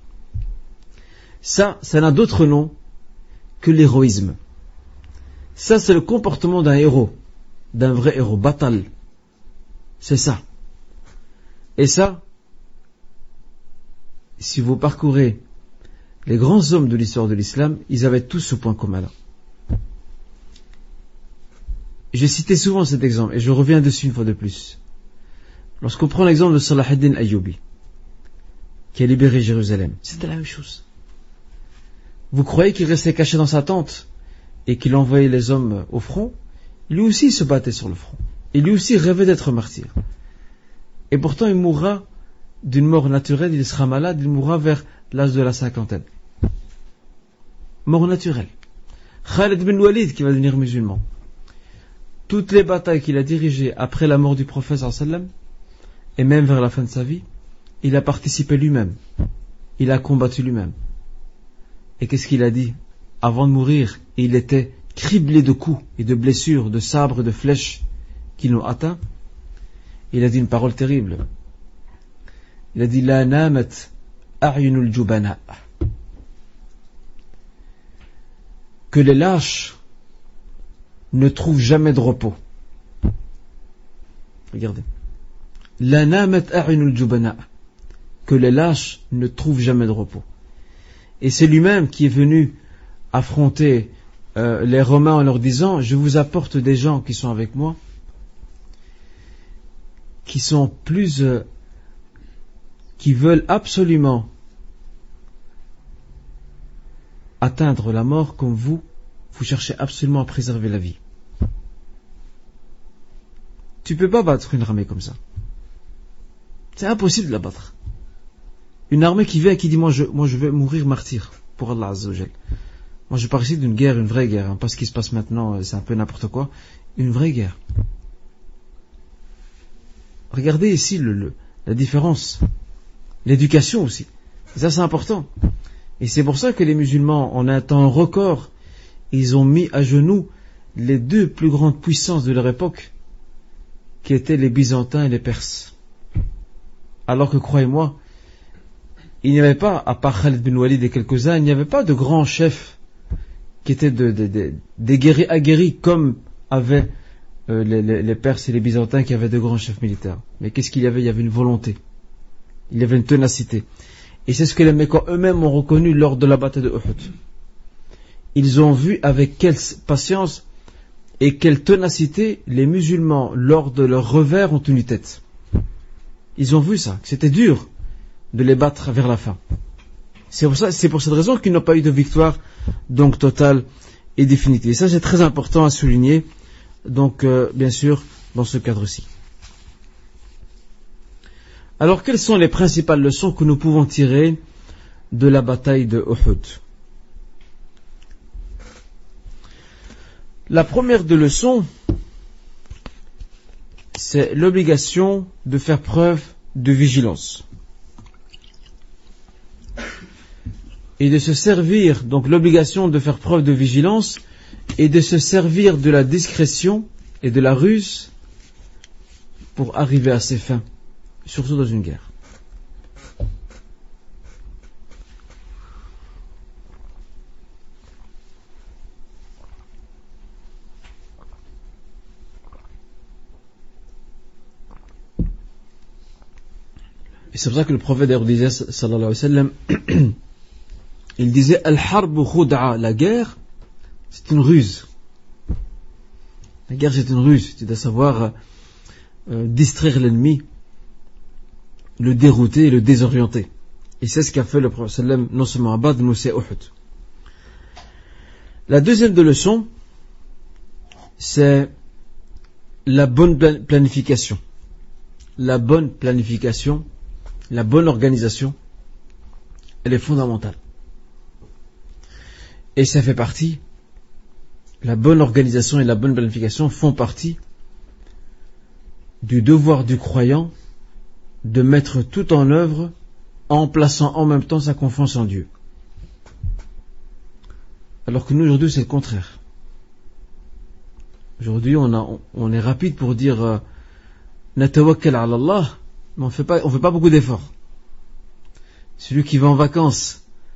Ça, ça n'a d'autre nom que l'héroïsme. Ça, c'est le comportement d'un héros, d'un vrai héros, batal. C'est ça. Et ça, si vous parcourez les grands hommes de l'histoire de l'islam, ils avaient tous ce point commun là. J'ai cité souvent cet exemple et je reviens dessus une fois de plus. Lorsqu'on prend l'exemple de Salah ad-Din Ayyubi, qui a libéré Jérusalem, c'était la même chose. Vous croyez qu'il restait caché dans sa tente et qu'il envoyait les hommes au front? Lui aussi il se battait sur le front. Et lui aussi rêvait d'être martyr. Et pourtant il mourra d'une mort naturelle, il sera malade, il mourra vers l'âge de la cinquantaine. Mort naturelle. Khalid bin Walid qui va devenir musulman. Toutes les batailles qu'il a dirigées après la mort du prophète sallallahu alayhi wa sallam, et même vers la fin de sa vie, il a participé lui-même. Il a combattu lui-même. Et qu'est-ce qu'il a dit? Avant de mourir, il était criblé de coups et de blessures, de sabres et de flèches qui l'ont atteint. Il a dit une parole terrible. Il a dit La namat a'yunul jubana. Que les lâches ne trouvent jamais de repos. Regardez. La namat a'yunul jubana. Que les lâches ne trouvent jamais de repos. Et c'est lui-même qui est venu affronter euh, les Romains en leur disant je vous apporte des gens qui sont avec moi, qui sont plus euh, qui veulent absolument atteindre la mort comme vous, vous cherchez absolument à préserver la vie. Tu ne peux pas battre une armée comme ça. C'est impossible de la battre. Une armée qui vient et qui dit moi je, moi je vais mourir martyr pour Allah Azza wa Jal. Moi je parle ici d'une guerre, une vraie guerre, hein, pas ce qui se passe maintenant, c'est un peu n'importe quoi. Une vraie guerre. Regardez ici le, le, la différence. L'éducation aussi. Et ça c'est important. Et c'est pour ça que les musulmans, en un temps record, ils ont mis à genoux les deux plus grandes puissances de leur époque, qui étaient les Byzantins et les Perses. Alors que, croyez-moi, il n'y avait pas, à part Khalid bin Walid et quelques-uns, il n'y avait pas de grands chefs qui étaient de, de, de, des guerriers aguerris comme avaient euh, les, les, les Perses et les Byzantins qui avaient de grands chefs militaires. Mais qu'est-ce qu'il y avait? Il y avait une volonté. Il y avait une ténacité. Et c'est ce que les Mécois eux-mêmes ont reconnu lors de la bataille de Uhud. Ils ont vu avec quelle patience et quelle ténacité les musulmans, lors de leur revers, ont tenu tête. Ils ont vu ça, que c'était dur de les battre vers la fin. C'est pour ça, c'est pour cette raison qu'ils n'ont pas eu de victoire donc totale et définitive. Et ça, c'est très important à souligner, donc euh, bien sûr, dans ce cadre-ci. Alors, quelles sont les principales leçons que nous pouvons tirer de la bataille de Uhud? La première des leçons, c'est l'obligation de faire preuve de vigilance et de se servir, donc l'obligation de faire preuve de vigilance et de se servir de la discrétion et de la ruse pour arriver à ses fins, surtout dans une guerre. Et c'est pour ça que le prophète d'ailleurs disait, sallallahu alayhi wa sallam, il disait, Al-harbu khud'a, la guerre, c'est une ruse. La guerre, c'est une ruse. Tu dois savoir euh, distraire l'ennemi, le dérouter et le désorienter. Et c'est ce qu'a fait le prophète sallam, non seulement à Badr, mais aussi à Uhud. La deuxième de leçon, c'est la bonne planification. La bonne planification, la bonne organisation, elle est fondamentale. Et ça fait partie, la bonne organisation et la bonne planification font partie du devoir du croyant de mettre tout en œuvre en plaçant en même temps sa confiance en Dieu. Alors que nous aujourd'hui c'est le contraire. Aujourd'hui on, a, on est rapide pour dire Natawakkal ala Allah, mais on fait pas, on fait pas beaucoup d'efforts. Celui qui va en vacances,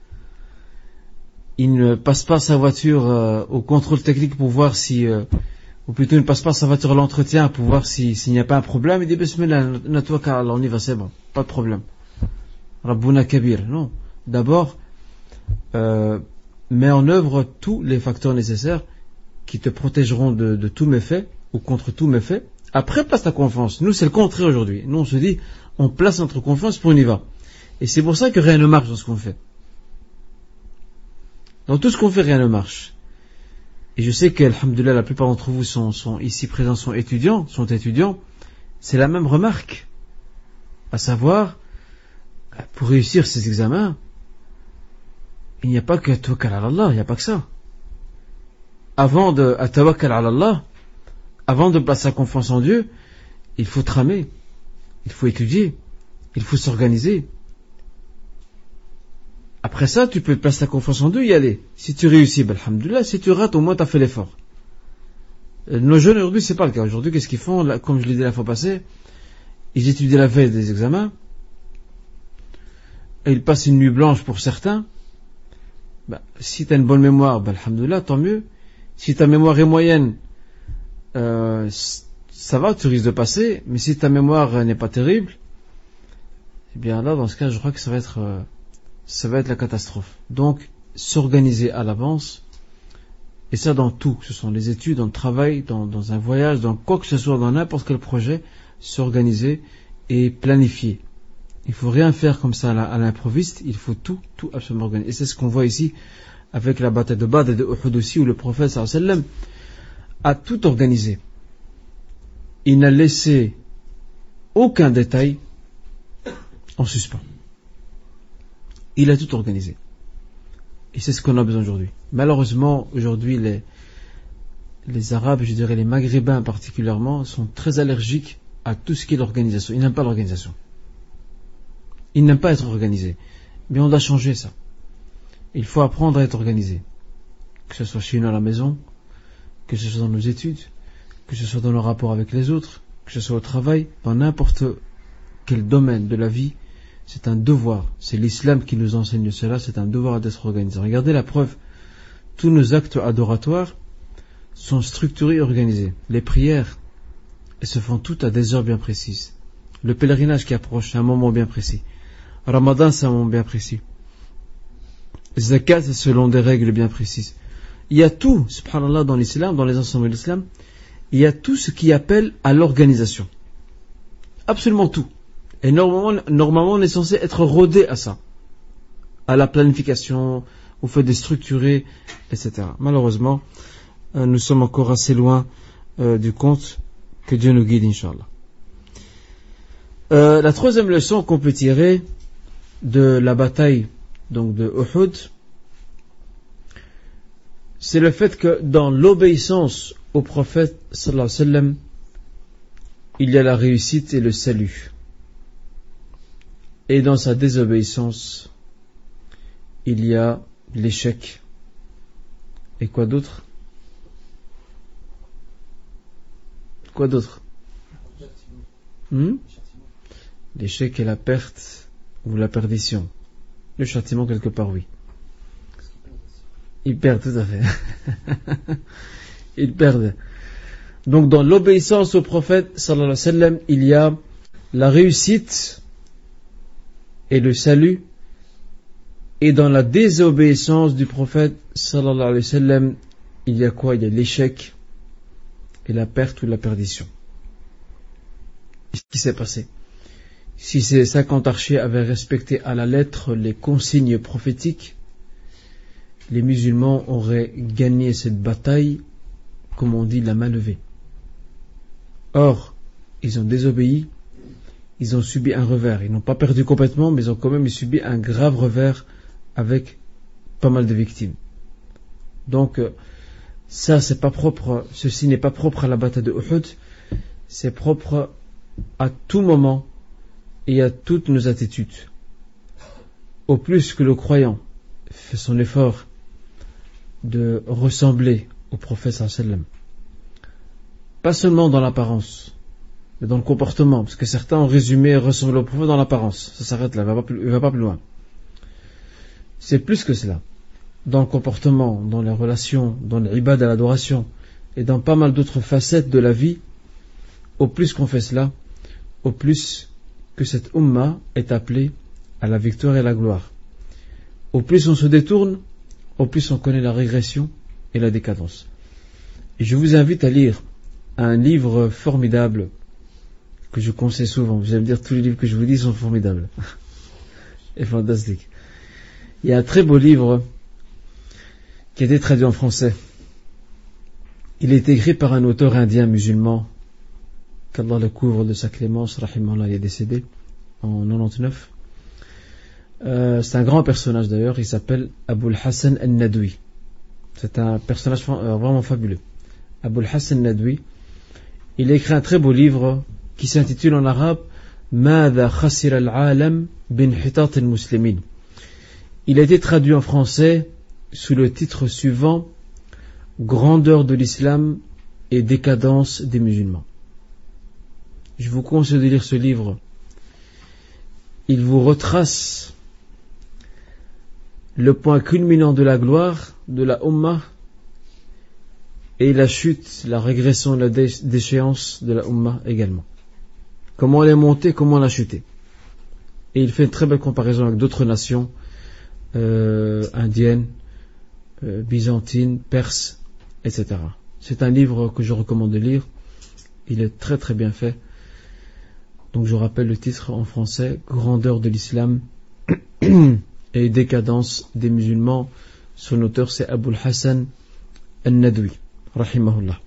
il ne passe pas sa voiture euh, au contrôle technique pour voir si, euh, ou plutôt il ne passe pas sa voiture à l'entretien pour voir si, s'il n'y a pas un problème. Il dit Bismillah, Natawakkal ala Allah, on y va, c'est bon, pas de problème. Rabbuna Kabir, non. D'abord, euh, mets en œuvre tous les facteurs nécessaires qui te protégeront de, de tous méfaits ou contre tous méfaits. Après, place ta confiance. Nous, c'est le contraire aujourd'hui. Nous, on se dit, on place notre confiance pour on y va. Et c'est pour ça que rien ne marche dans ce qu'on fait. Dans tout ce qu'on fait, rien ne marche. Et je sais que, alhamdoulilah, la plupart d'entre vous sont, sont ici présents, sont étudiants, sont étudiants. C'est la même remarque. À savoir, pour réussir ces examens, il n'y a pas que tawakkal ala Allah, il n'y a pas que ça. Avant de tawakkal ala Allah, avant de placer sa confiance en Dieu, il faut tramer, il faut étudier, il faut s'organiser. Après ça, tu peux placer ta confiance en Dieu et y aller. Si tu réussis, ben, alhamdoulilah, si tu rates, au moins tu as fait l'effort. Nos jeunes aujourd'hui, c'est pas le cas. Aujourd'hui, qu'est-ce qu'ils font? Là, comme je l'ai dit la fois passée, ils étudient la veille des examens, et ils passent une nuit blanche pour certains. Ben, si tu as une bonne mémoire, ben, alhamdoulilah, tant mieux. Si ta mémoire est moyenne, euh, ça va, tu risques de passer, mais si ta mémoire n'est pas terrible, eh bien là, dans ce cas, je crois que ça va être, euh, ça va être la catastrophe. Donc, s'organiser à l'avance, et ça dans tout, que ce soit les études, dans le travail, dans, dans un voyage, dans quoi que ce soit, dans n'importe quel projet, s'organiser et planifier. Il faut rien faire comme ça à l'improviste, il faut tout, tout absolument organiser. Et c'est ce qu'on voit ici avec la bataille de Badr et de Uhud aussi, où le prophète sallallahu alayhi wa sallam a tout organisé. Il n'a laissé aucun détail en suspens. Il a tout organisé. Et c'est ce qu'on a besoin aujourd'hui. Malheureusement, aujourd'hui, les, les Arabes, je dirais les Maghrébins particulièrement, sont très allergiques à tout ce qui est l'organisation. Ils n'aiment pas l'organisation. Ils n'aiment pas être organisés. Mais on doit changer ça. Il faut apprendre à être organisé. Que ce soit chez nous à la maison, que ce soit dans nos études, que ce soit dans nos rapports avec les autres, que ce soit au travail, dans n'importe quel domaine de la vie, c'est un devoir. C'est l'islam qui nous enseigne cela, c'est un devoir d'être organisé. Regardez la preuve. Tous nos actes adoratoires sont structurés et organisés. Les prières, elles se font toutes à des heures bien précises. Le pèlerinage qui approche, c'est un moment bien précis. Ramadan, c'est un moment bien précis. Zakat, c'est selon des règles bien précises. Il y a tout, subhanallah, dans l'islam, dans les enseignements de l'islam, il y a tout ce qui appelle à l'organisation. Absolument tout. Et normalement, normalement, on est censé être rodé à ça. À la planification, au fait de structurer, et cetera. Malheureusement, euh, nous sommes encore assez loin euh, du compte. Que Dieu nous guide, Inch'Allah. Euh, la troisième leçon qu'on peut tirer de la bataille donc de Uhud, c'est le fait que dans l'obéissance au prophète sallallahu alayhi wa sallam, il y a la réussite et le salut. Et dans sa désobéissance, il y a l'échec. Et quoi d'autre? Quoi d'autre? hmm L'échec et la perte ou la perdition. Le châtiment quelque part, oui. Ils perdent, tout à fait. Ils perdent. Donc dans l'obéissance au prophète sallallahu alayhi wa sallam, il y a la réussite et le salut. Et dans la désobéissance du prophète sallallahu alayhi wa sallam, il y a quoi? Il y a l'échec et la perte ou la perdition. Qu'est-ce qui s'est passé? Si ces cinquante archers avaient respecté à la lettre les consignes prophétiques, les musulmans auraient gagné cette bataille, comme on dit, la main levée. Or, ils ont désobéi, ils ont subi un revers. Ils n'ont pas perdu complètement, mais ils ont quand même subi un grave revers avec pas mal de victimes. Donc, ça, c'est pas propre, ceci n'est pas propre à la bataille de Uhud, c'est propre à tout moment et à toutes nos attitudes. Au plus que le croyant fait son effort de ressembler au prophète sallallahu alayhi wa sallam, pas seulement dans l'apparence, mais dans le comportement, parce que certains ont résumé ressembler au prophète dans l'apparence, ça s'arrête là, il ne va pas plus, il va pas plus loin. C'est plus que cela. Dans le comportement, dans les relations, dans l'ibad à l'adoration, et dans pas mal d'autres facettes de la vie, au plus qu'on fait cela, au plus que cette umma est appelée à la victoire et à la gloire. Au plus on se détourne, au plus on connaît la régression et la décadence. Et je vous invite à lire un livre formidable que je conseille souvent. Vous allez me dire, tous les livres que je vous dis sont formidables et fantastiques. Il y a un très beau livre qui a été traduit en français. Il est écrit par un auteur indien musulman, qu'Allah le couvre de sa clémence, rahimahullah, il est décédé en quatre-vingt-dix-neuf. Euh, c'est un grand personnage d'ailleurs, il s'appelle Abul Hassan al-Nadwi. C'est un personnage euh, vraiment fabuleux. Abul Hassan al-Nadwi, il a écrit un très beau livre qui s'intitule en arabe Mada khasir al-alam bin hitat al-muslimin. Il a été traduit en français sous le titre suivant Grandeur de l'islam et décadence des musulmans. Je vous conseille de lire ce livre. Il vous retrace le point culminant de la gloire de la Ummah et la chute, la régression, la dé- déchéance de la Ummah également. Comment elle est montée, comment elle a chuté. Et il fait une très belle comparaison avec d'autres nations euh, indiennes, euh, byzantines, perses, et cetera. C'est un livre que je recommande de lire. Il est très très bien fait. Donc je rappelle le titre en français, Grandeur de l'islam et décadence des musulmans. Son auteur c'est Abul Hassan al-Nadwi, rahimahullah.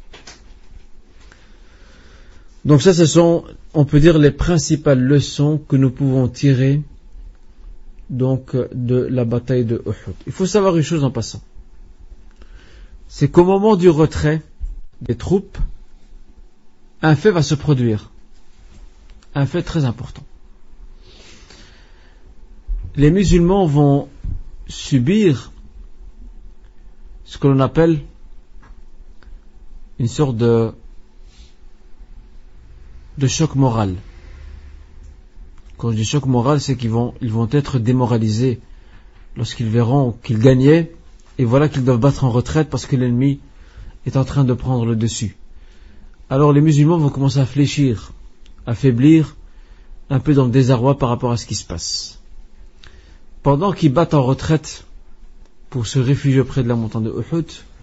Donc ça, ce sont, on peut dire, les principales leçons que nous pouvons tirer donc de la bataille de Uhud. Il faut savoir une chose en passant. C'est qu'au moment du retrait des troupes, un fait va se produire. Un fait très important. Les musulmans vont subir ce que l'on appelle une sorte de, de choc moral. Quand je dis choc moral, c'est qu'ils vont, ils vont être démoralisés lorsqu'ils verront qu'ils gagnaient, et voilà qu'ils doivent battre en retraite parce que l'ennemi est en train de prendre le dessus. Alors les musulmans vont commencer à fléchir, à faiblir, un peu dans le désarroi par rapport à ce qui se passe. Pendant qu'ils battent en retraite pour se réfugier près de la montagne de Uhud,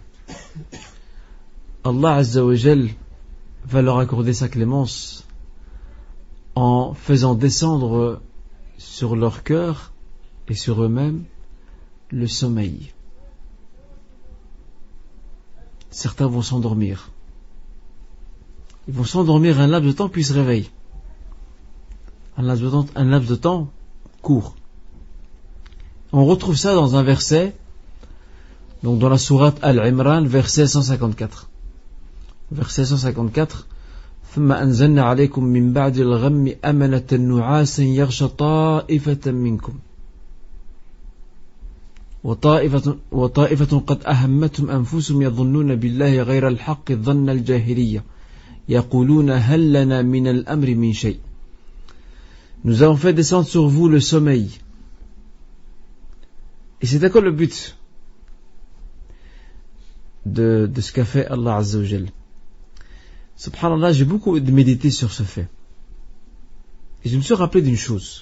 Allah Azza wa Jal va leur accorder sa clémence en faisant descendre sur leur cœur et sur eux-mêmes le sommeil. Certains vont s'endormir. Ils vont s'endormir un laps de temps puis ils se réveillent. Un laps de temps, un laps de temps court. On retrouve ça dans un verset, donc dans la sourate Al-Imran, verset cent cinquante-quatre. Verset cent cinquante-quatre. ثم أنزلنا عليكم من بعد الغم أمنة نعاسا يغشى طائفة منكم وطائفة, وطائفة قد أهمتهم أنفسهم يظنون بالله غير الحق ظن الجاهلية يقولون هل لنا من الأمر من شيء. Nous avons fait descendre sur vous le sommeil. Et c'était quoi le but de, de ce qu'a fait Allah Azza wa Jal? Subhanallah, j'ai beaucoup médité sur ce fait. Et je me suis rappelé d'une chose.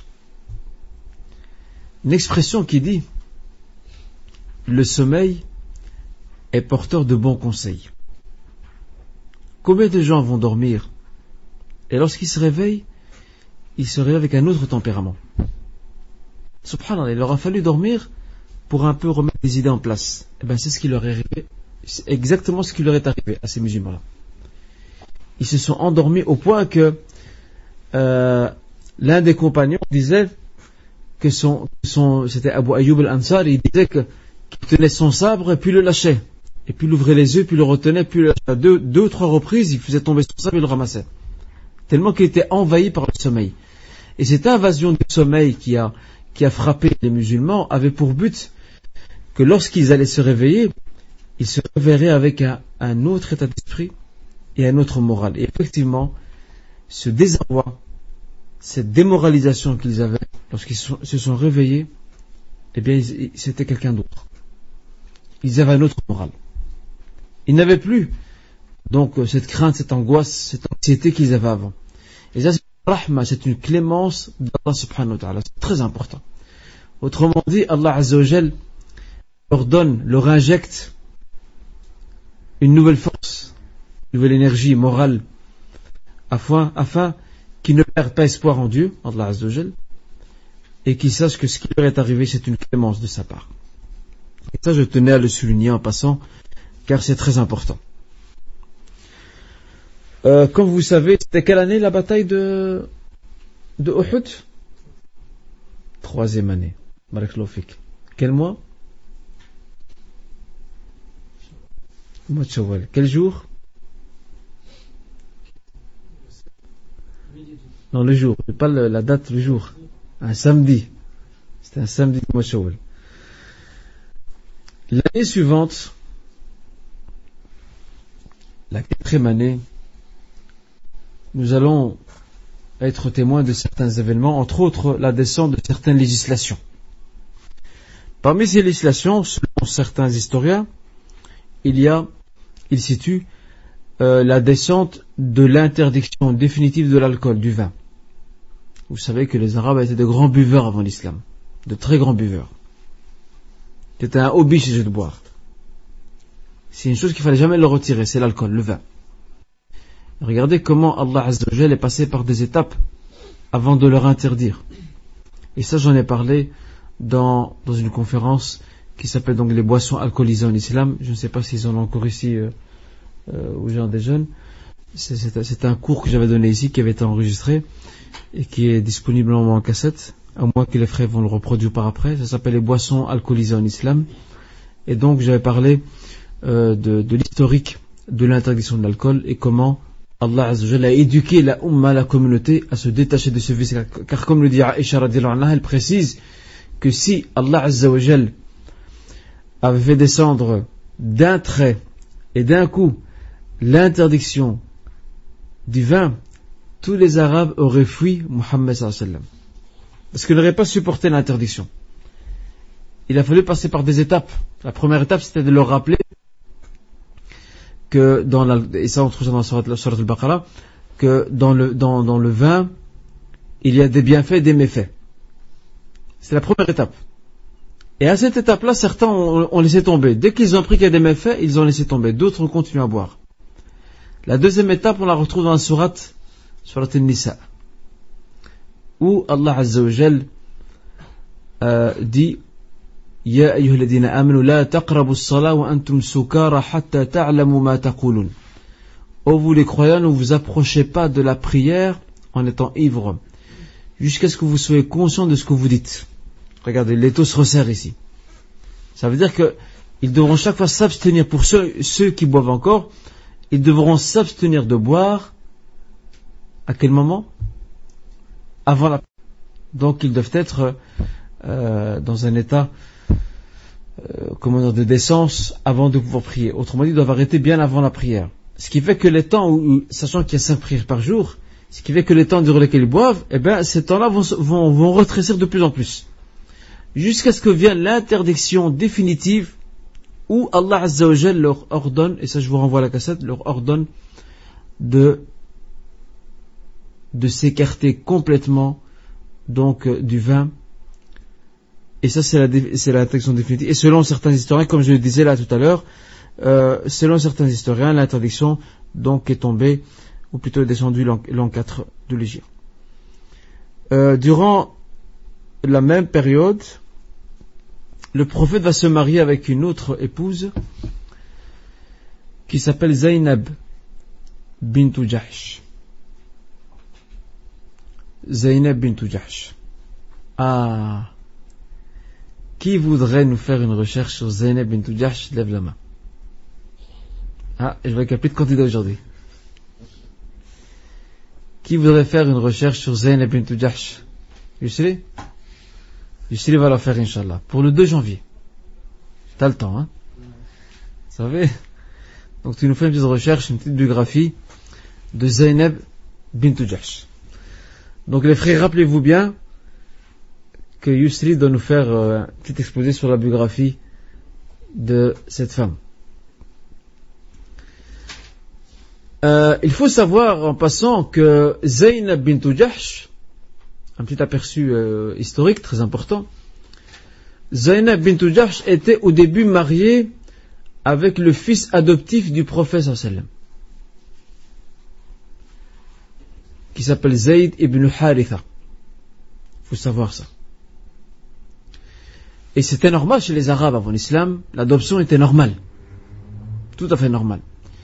Une expression qui dit le sommeil est porteur de bons conseils. Combien de gens vont dormir et lorsqu'ils se réveillent, ils se réveillent avec un autre tempérament. Subhanallah, il leur a fallu dormir pour un peu remettre les idées en place. Et bien c'est ce qui leur est arrivé, c'est exactement ce qui leur est arrivé à ces musulmans-là. Ils se sont endormis au point que euh, l'un des compagnons disait que son, son c'était Abu Ayyub al-Ansar, il disait que, qu'il tenait son sabre et puis le lâchait. Et puis il ouvrait les yeux, puis le retenait, puis le lâchait. Deux, deux ou trois reprises, il faisait tomber son sabre et le ramassait. Tellement qu'il était envahi par le sommeil. Et cette invasion du sommeil qui a, qui a frappé les musulmans avait pour but que lorsqu'ils allaient se réveiller, ils se réveilleraient avec un, un autre état d'esprit et un autre moral. Et effectivement, ce désarroi, cette démoralisation qu'ils avaient lorsqu'ils se sont réveillés, eh bien, c'était quelqu'un d'autre. Ils avaient un autre moral. Ils n'avaient plus donc cette crainte, cette angoisse, cette anxiété qu'ils avaient avant. Et ça, c'est une rahma, c'est une clémence d'Allah subhanahu wa ta'ala. C'est très important. Autrement dit, Allah Azza wa Jal leur donne, leur injecte une nouvelle force, une nouvelle énergie morale, afin, afin qu'ils ne perdent pas espoir en Dieu, Allah Azza wa Jal, et qu'ils sachent que ce qui leur est arrivé, c'est une clémence de sa part. Et ça, je tenais à le souligner en passant, car c'est très important. Euh, comme vous savez, c'était quelle année la bataille de, de Uhud? Troisième année. Barakallahu fik. Quel mois? Mois de Shawwal. Quel jour? Non, le jour. Pas le, la date, le jour. Un samedi. C'était un samedi du mois de Shawwal. L'année suivante, la quatrième année, nous allons être témoins de certains événements, entre autres la descente de certaines législations. Parmi ces législations, selon certains historiens, il y a, il situe euh, la descente de l'interdiction définitive de l'alcool, du vin. Vous savez que les Arabes étaient de grands buveurs avant l'islam, de très grands buveurs. C'était un hobby chez eux de boire. C'est une chose qu'il fallait jamais le retirer, c'est l'alcool, le vin. Regardez comment Allah Azza wa Jal est passé par des étapes avant de leur interdire. Et ça, j'en ai parlé dans, dans une conférence qui s'appelle donc les boissons alcoolisées en islam. Je ne sais pas s'ils en ont encore ici euh, euh, aux gens des jeunes. C'est, c'est, c'est un cours que j'avais donné ici, qui avait été enregistré et qui est disponible en cassette, à moins que les frères vont le reproduire par après. Ça s'appelle les boissons alcoolisées en islam. Et donc j'avais parlé euh, de, de l'historique de l'interdiction de l'alcool et comment Allah Azza wa Jalla a éduqué la Ummah, la communauté, à se détacher de ce vice. Car comme le dit Aïcha radhiyallahu anha, elle précise que si Allah Azza wa Jalla avait fait descendre d'un trait et d'un coup l'interdiction du vin, tous les Arabes auraient fui Muhammad sallallahu alayhi wa sallam. Parce qu'ils n'auraient pas supporté l'interdiction. Il a fallu passer par des étapes. La première étape, c'était de leur rappeler que dans la, et ça on trouve ça dans la sourate al-Baqarah, que dans le, dans, dans le vin, il y a des bienfaits et des méfaits. C'est la première étape. Et à cette étape-là, certains ont, ont laissé tomber. Dès qu'ils ont appris qu'il y a des méfaits, ils ont laissé tomber. D'autres ont continué à boire. La deuxième étape, on la retrouve dans la sourate, sourate al-Nisa, où Allah Azza wa Jal euh, dit Ya ayyuhalladhina amanu la taqrabu as-salat wa antum sukara hatta ta'lamu ma taqulun. Ô vous les croyants, ne vous approchez pas de la prière en étant ivre, jusqu'à ce que vous soyez conscients de ce que vous dites. Regardez, l'étau se resserre ici. Ça veut dire que ils devront chaque fois s'abstenir, pour ceux, ceux qui boivent encore, ils devront s'abstenir de boire. À quel moment? Avant la prière. Donc ils doivent être euh, dans un état euh, comment dire, de décence avant de pouvoir prier. Autrement dit, ils doivent arrêter bien avant la prière. Ce qui fait que les temps, où, sachant qu'il y a cinq prières par jour, ce qui fait que les temps durant lesquels ils boivent, eh bien, ces temps-là vont, vont, vont rétrécir de plus en plus. Jusqu'à ce que vienne l'interdiction définitive où Allah Azza wa Jal leur ordonne, et ça je vous renvoie à la cassette, leur ordonne de, de s'écarter complètement donc euh, du vin. Et ça c'est la, c'est l'interdiction définitive. Et selon certains historiens, comme je le disais là tout à l'heure, euh, selon certains historiens, l'interdiction donc est tombée, ou plutôt est descendue l'an, l'an quatre de l'Hégire. Euh, durant la même période, le prophète va se marier avec une autre épouse qui s'appelle Zaynab bintu Jahsh. Zaynab bintu Jahsh. Ah, qui voudrait nous faire une recherche sur Zaynab bintu Jahsh? Lève la main. Ah, je vois qu'il n'y a plus de candidats aujourd'hui. Qui voudrait faire une recherche sur Zaynab bintu Jahsh? Yusri? Yusri va la faire, Inch'Allah, pour le deux janvier. T'as le temps, hein? Vous savez? Donc tu nous fais une petite recherche, une petite biographie de Zaynab bintu Jahsh. Donc les frères, rappelez-vous bien que Yusri doit nous faire euh, un petit exposé sur la biographie de cette femme. Euh, il faut savoir en passant que Zaynab bintu Jahsh, un petit aperçu euh, historique très important, Zaynab bintu Jahsh était au début mariée avec le fils adoptif du prophète sallallahu alayhi wa sallam, qui s'appelle Zayd ibn Haritha. Il faut savoir ça. Et c'était normal chez les Arabes avant l'islam, l'adoption était normale. Tout à fait normale.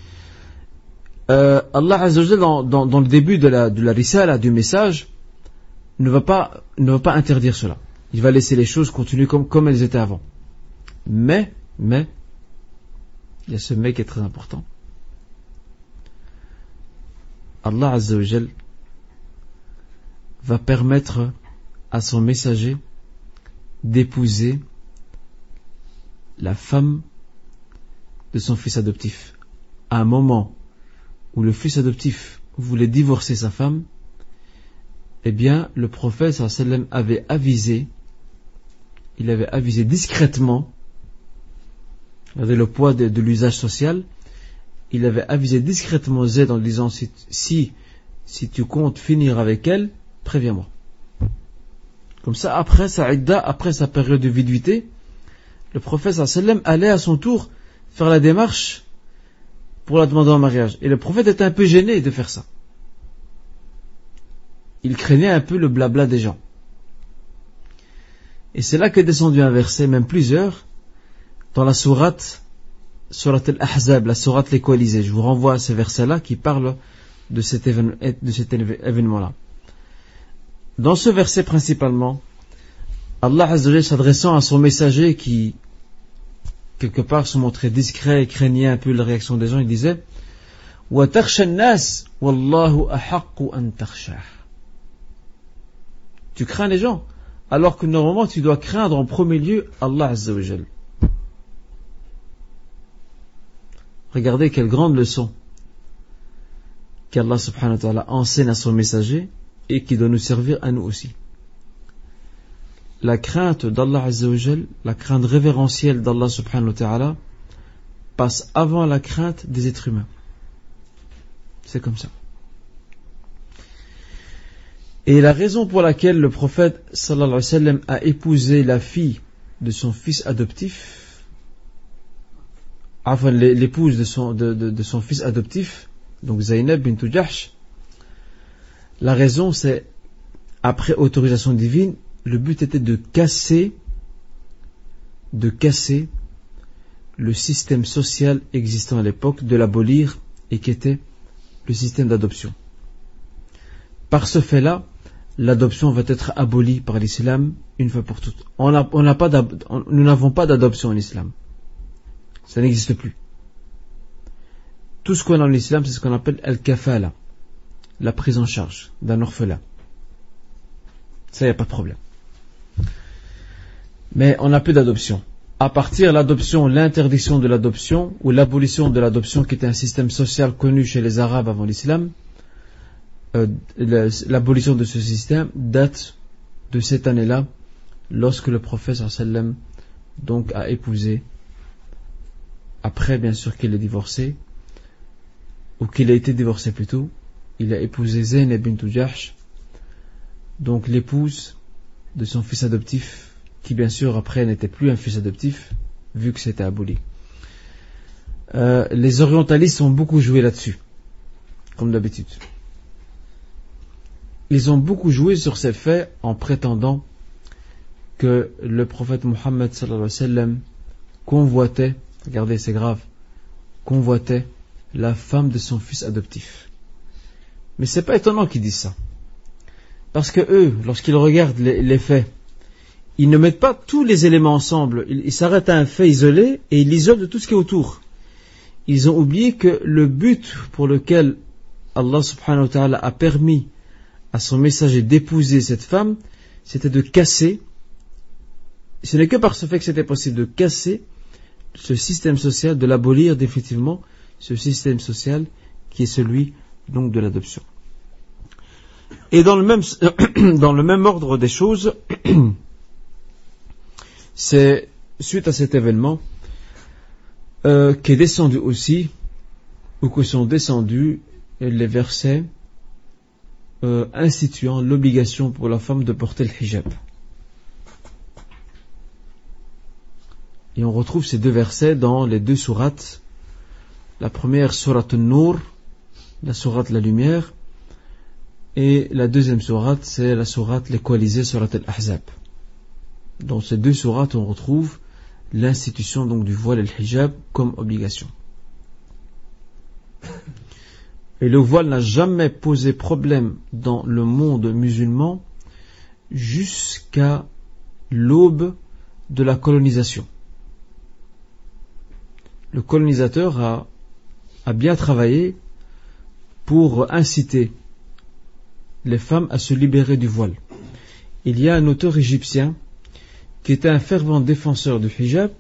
Euh, Allah Azza wa Jalla, dans, dans, dans le début de la, de la risala, du message, ne va pas, ne va pas interdire cela. Il va laisser les choses continuer comme, comme elles étaient avant. Mais, mais, il y a ce mais qui est très important. Allah Azza wa Jalla va permettre à son messager d'épouser la femme de son fils adoptif. À un moment où le fils adoptif voulait divorcer sa femme, eh bien, le prophète sallallahu alayhi wa sallam avait avisé, il avait avisé discrètement, regardez le poids de, de l'usage social, il avait avisé discrètement Zayd en disant, si, si, si tu comptes finir avec elle, préviens-moi. Comme ça, après sa idda, après sa période de viduité, le prophète sallallahu alayhi wa sallam allait à son tour faire la démarche pour la demander en mariage. Et le prophète était un peu gêné de faire ça. Il craignait un peu le blabla des gens. Et c'est là qu'est descendu un verset, même plusieurs, dans la sourate, sourate al-Ahzab, la sourate les coalisés. Je vous renvoie à ces versets-là qui parlent de cet, évén- de cet événement-là. Dans ce verset principalement, Allah Azza wa Jalla, s'adressant à son messager qui, quelque part, se montrait discret et craignait un peu la réaction des gens, il disait wa takhsha an-nas wallahu ahaqqu an takhshah. Tu crains les gens, alors que normalement tu dois craindre en premier lieu Allah Azza wa Jalla. Regardez quelle grande leçon qu'Allah subhanahu wa ta'ala enseigne à son messager et qui doit nous servir à nous aussi. La crainte d'Allah Azza wa Jal, la crainte révérentielle d'Allah subhanahu wa ta'ala passe avant la crainte des êtres humains. C'est comme ça. Et la raison pour laquelle le prophète sallallahu alayhi wa sallam a épousé la fille de son fils adoptif, enfin l'épouse de son, de, de, de son fils adoptif, donc Zaynab bint Jahsh, la raison c'est, après autorisation divine, le but était de casser, de casser le système social existant à l'époque, de l'abolir, et qui était le système d'adoption. Par ce fait-là, l'adoption va être abolie par l'islam une fois pour toutes. On a, on n'a pas on, nous n'avons pas d'adoption en islam. Ça n'existe plus. Tout ce qu'on a en islam, c'est ce qu'on appelle al-kafala, la prise en charge d'un orphelin. Ça, il n'y a pas de problème. Mais on n'a plus d'adoption. À partir de l'adoption, l'interdiction de l'adoption, ou l'abolition de l'adoption, qui était un système social connu chez les Arabes avant l'islam, euh, l'abolition de ce système date de cette année-là, lorsque le prophète sallallahu alayhi wa sallam donc a épousé, après bien sûr qu'il ait divorcé, ou qu'il a été divorcé plutôt, il a épousé Zaynab bint Jahsh, donc l'épouse de son fils adoptif, qui bien sûr après n'était plus un fils adoptif, vu que c'était aboli. Euh, les orientalistes ont beaucoup joué là-dessus, comme d'habitude. Ils ont beaucoup joué sur ces faits en prétendant que le prophète Mohammed sallallahu alayhi wa sallam convoitait, regardez c'est grave, convoitait la femme de son fils adoptif. Mais c'est pas étonnant qu'ils disent ça. Parce que eux, lorsqu'ils regardent les, les faits, ils ne mettent pas tous les éléments ensemble. Ils, ils s'arrêtent à un fait isolé et ils l'isolent de tout ce qui est autour. Ils ont oublié que le but pour lequel Allah subhanahu wa ta'ala a permis à son messager d'épouser cette femme, c'était de casser, ce n'est que par ce fait que c'était possible de casser ce système social, de l'abolir définitivement, ce système social qui est celui donc de l'adoption. Et dans le même, dans le même ordre des choses, c'est suite à cet événement euh, qu'est descendu aussi, ou que sont descendus les versets euh, instituant l'obligation pour la femme de porter le hijab. Et on retrouve ces deux versets dans les deux sourates. La première, sourate An-Nur, la sourate La Lumière, et la deuxième sourate, c'est la sourate Les Coalisés, sourate Al-Ahzab. Dans ces deux sourates, on retrouve l'institution donc du voile et le hijab comme obligation. Et le voile n'a jamais posé problème dans le monde musulman jusqu'à l'aube de la colonisation. Le colonisateur a, a bien travaillé pour inciter les femmes à se libérer du voile. Il y a un auteur égyptien qui était un fervent défenseur du hijab.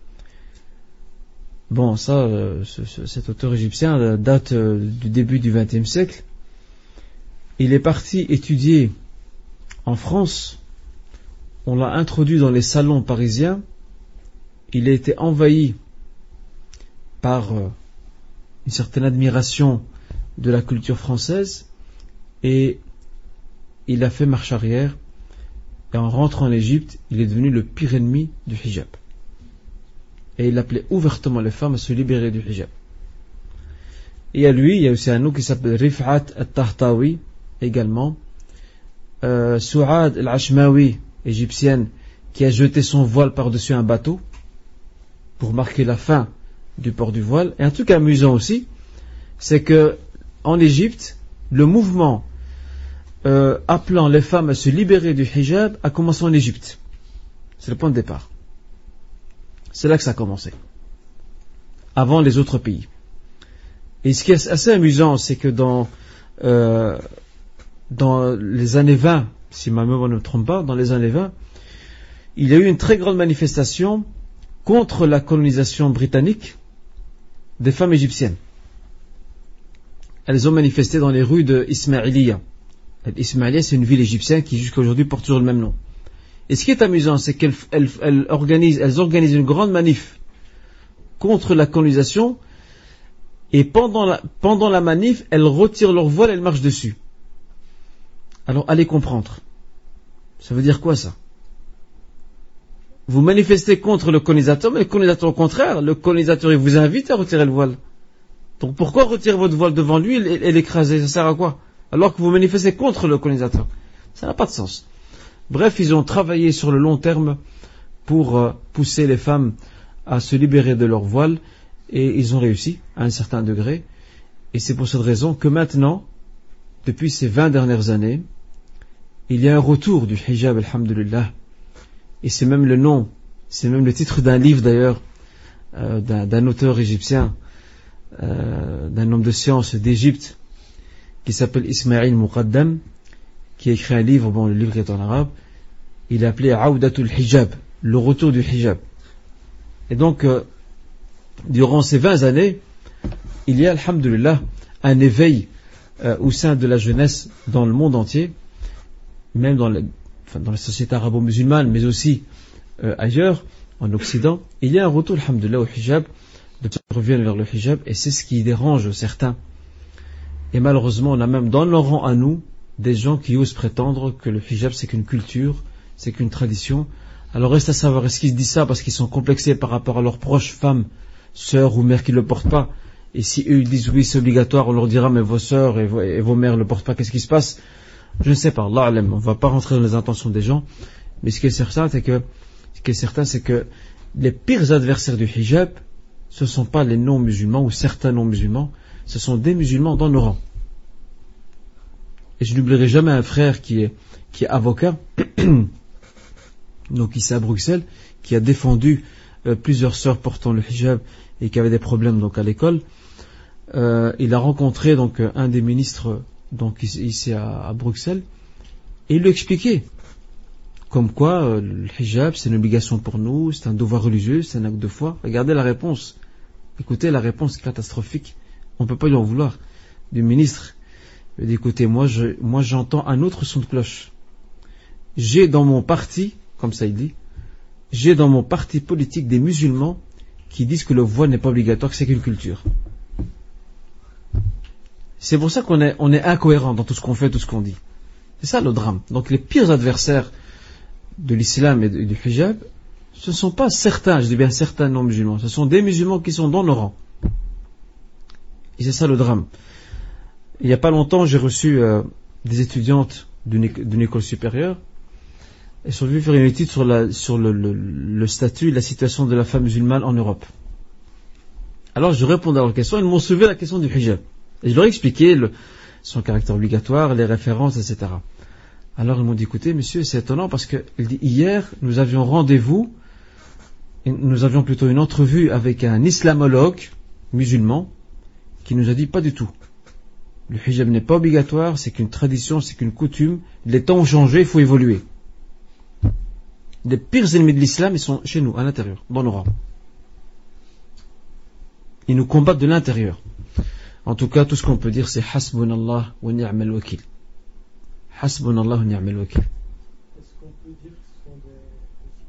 Bon, ça, euh, ce, ce, cet auteur égyptien date euh, du début du vingtième siècle. Il est parti étudier en France. On l'a introduit dans les salons parisiens. Il a été envahi par euh, une certaine admiration de la culture française et il a fait marche arrière. Et en rentrant en Égypte, il est devenu le pire ennemi du hijab. Et il appelait ouvertement les femmes à se libérer du hijab. Et à lui, il y a aussi un autre qui s'appelle Rif'at al-Tahtawi, également. Euh, Souad al-Ashmawi, égyptienne, qui a jeté son voile par-dessus un bateau pour marquer la fin du port du voile. Et un truc amusant aussi, c'est que en Égypte, le mouvement Euh, appelant les femmes à se libérer du hijab a commencé en Égypte. C'est le point de départ. C'est là que ça a commencé. Avant les autres pays. Et ce qui est assez amusant, c'est que dans, euh, dans les années vingt, si ma mémoire ne me trompe pas, dans les années vingt, il y a eu une très grande manifestation contre la colonisation britannique des femmes égyptiennes. elles ont manifesté dans les rues de Ismaïlia. Ismaïlia, c'est une ville égyptienne qui jusqu'à aujourd'hui porte toujours le même nom. Et ce qui est amusant, c'est qu'elles elles, elles organisent, elles organisent une grande manif contre la colonisation, et pendant la, pendant la manif, elles retirent leur voile et elles marchent dessus. Alors allez comprendre. Ça veut dire quoi ça? Vous manifestez contre le colonisateur, mais le colonisateur au contraire, le colonisateur il vous invite à retirer le voile. Donc pourquoi retirer votre voile devant lui et, et l'écraser? Ça sert à quoi? Alors que vous manifestez contre le colonisateur. Ça n'a pas de sens. Bref, ils ont travaillé sur le long terme pour euh, pousser les femmes à se libérer de leur voile, et ils ont réussi à un certain degré. Et c'est pour cette raison que maintenant, depuis ces vingt dernières années, il y a un retour du hijab, alhamdulillah. Et c'est même le nom, c'est même le titre d'un livre d'ailleurs, euh, d'un, d'un auteur égyptien, euh, d'un homme de science d'Égypte, qui s'appelle Ismaïl Muqaddam, qui a écrit un livre, bon, le livre est en arabe, il est appelé Aoudatul Hijab, le retour du hijab. Et donc, euh, durant ces vingt années, il y a, alhamdulillah, un éveil euh, au sein de la jeunesse dans le monde entier, même dans, le, enfin, dans les sociétés arabo-musulmanes, mais aussi euh, ailleurs, en Occident. Il y a un retour, alhamdulillah, au hijab, de gens reviennent vers le hijab, et c'est ce qui dérange certains. Et malheureusement, on a même dans nos rangs à nous des gens qui osent prétendre que le hijab c'est qu'une culture, c'est qu'une tradition. Alors reste à savoir, est-ce qu'ils disent ça parce qu'ils sont complexés par rapport à leurs proches femmes, sœurs ou mères qui ne le portent pas? Et si eux ils disent oui c'est obligatoire, on leur dira mais vos sœurs et vos, et vos mères ne le portent pas, qu'est-ce qui se passe? Je ne sais pas, Allah alam, on ne va pas rentrer dans les intentions des gens. Mais ce qui est certain, c'est que, ce qui est certain, c'est que les pires adversaires du hijab, ce ne sont pas les non-musulmans ou certains non-musulmans, ce sont des musulmans dans nos rangs. Et je n'oublierai jamais un frère qui est, qui est avocat, donc ici à Bruxelles, qui a défendu euh, plusieurs sœurs portant le hijab et qui avaient des problèmes donc à l'école. Euh, il a rencontré donc un des ministres donc ici à, à Bruxelles et il lui expliquait comme quoi euh, le hijab c'est une obligation pour nous, c'est un devoir religieux, c'est un acte de foi. Regardez la réponse. Écoutez la réponse catastrophique. On ne peut pas lui en vouloir du ministre. Il dit écoutez, moi, je, moi j'entends un autre son de cloche. J'ai dans mon parti, comme ça il dit, j'ai dans mon parti politique des musulmans qui disent que le voile n'est pas obligatoire, que c'est qu'une culture. C'est pour ça qu'on est, on est incohérent dans tout ce qu'on fait, tout ce qu'on dit. C'est ça le drame. Donc les pires adversaires de l'islam et du hijab, ce ne sont pas certains, je dis bien certains non-musulmans, ce sont des musulmans qui sont dans nos rangs. Et c'est ça le drame. Il n'y a pas longtemps, j'ai reçu euh, des étudiantes d'une, d'une école supérieure. Elles sont venues faire une étude sur, la, sur le, le, le statut et la situation de la femme musulmane en Europe. Alors je répondais à leurs questions, elles m'ont soulevé la question du hijab. Et je leur ai expliqué le, son caractère obligatoire, les références, et cetera. Alors ils m'ont dit, écoutez, monsieur, c'est étonnant parce que dit, hier, nous avions rendez-vous, nous avions plutôt une entrevue avec un islamologue musulman qui nous a dit pas du tout. Le hijab n'est pas obligatoire, c'est qu'une tradition, c'est qu'une coutume. Les temps ont changé, il faut évoluer. Les pires ennemis de l'islam, ils sont chez nous, à l'intérieur, dans nos rangs. Ils nous combattent de l'intérieur. En tout cas, tout ce qu'on peut dire, c'est Hasbunallah wa ni'mal wakil. Hasbunallah wa ni'mal wakil.
Est-ce qu'on peut dire que ce sont des, des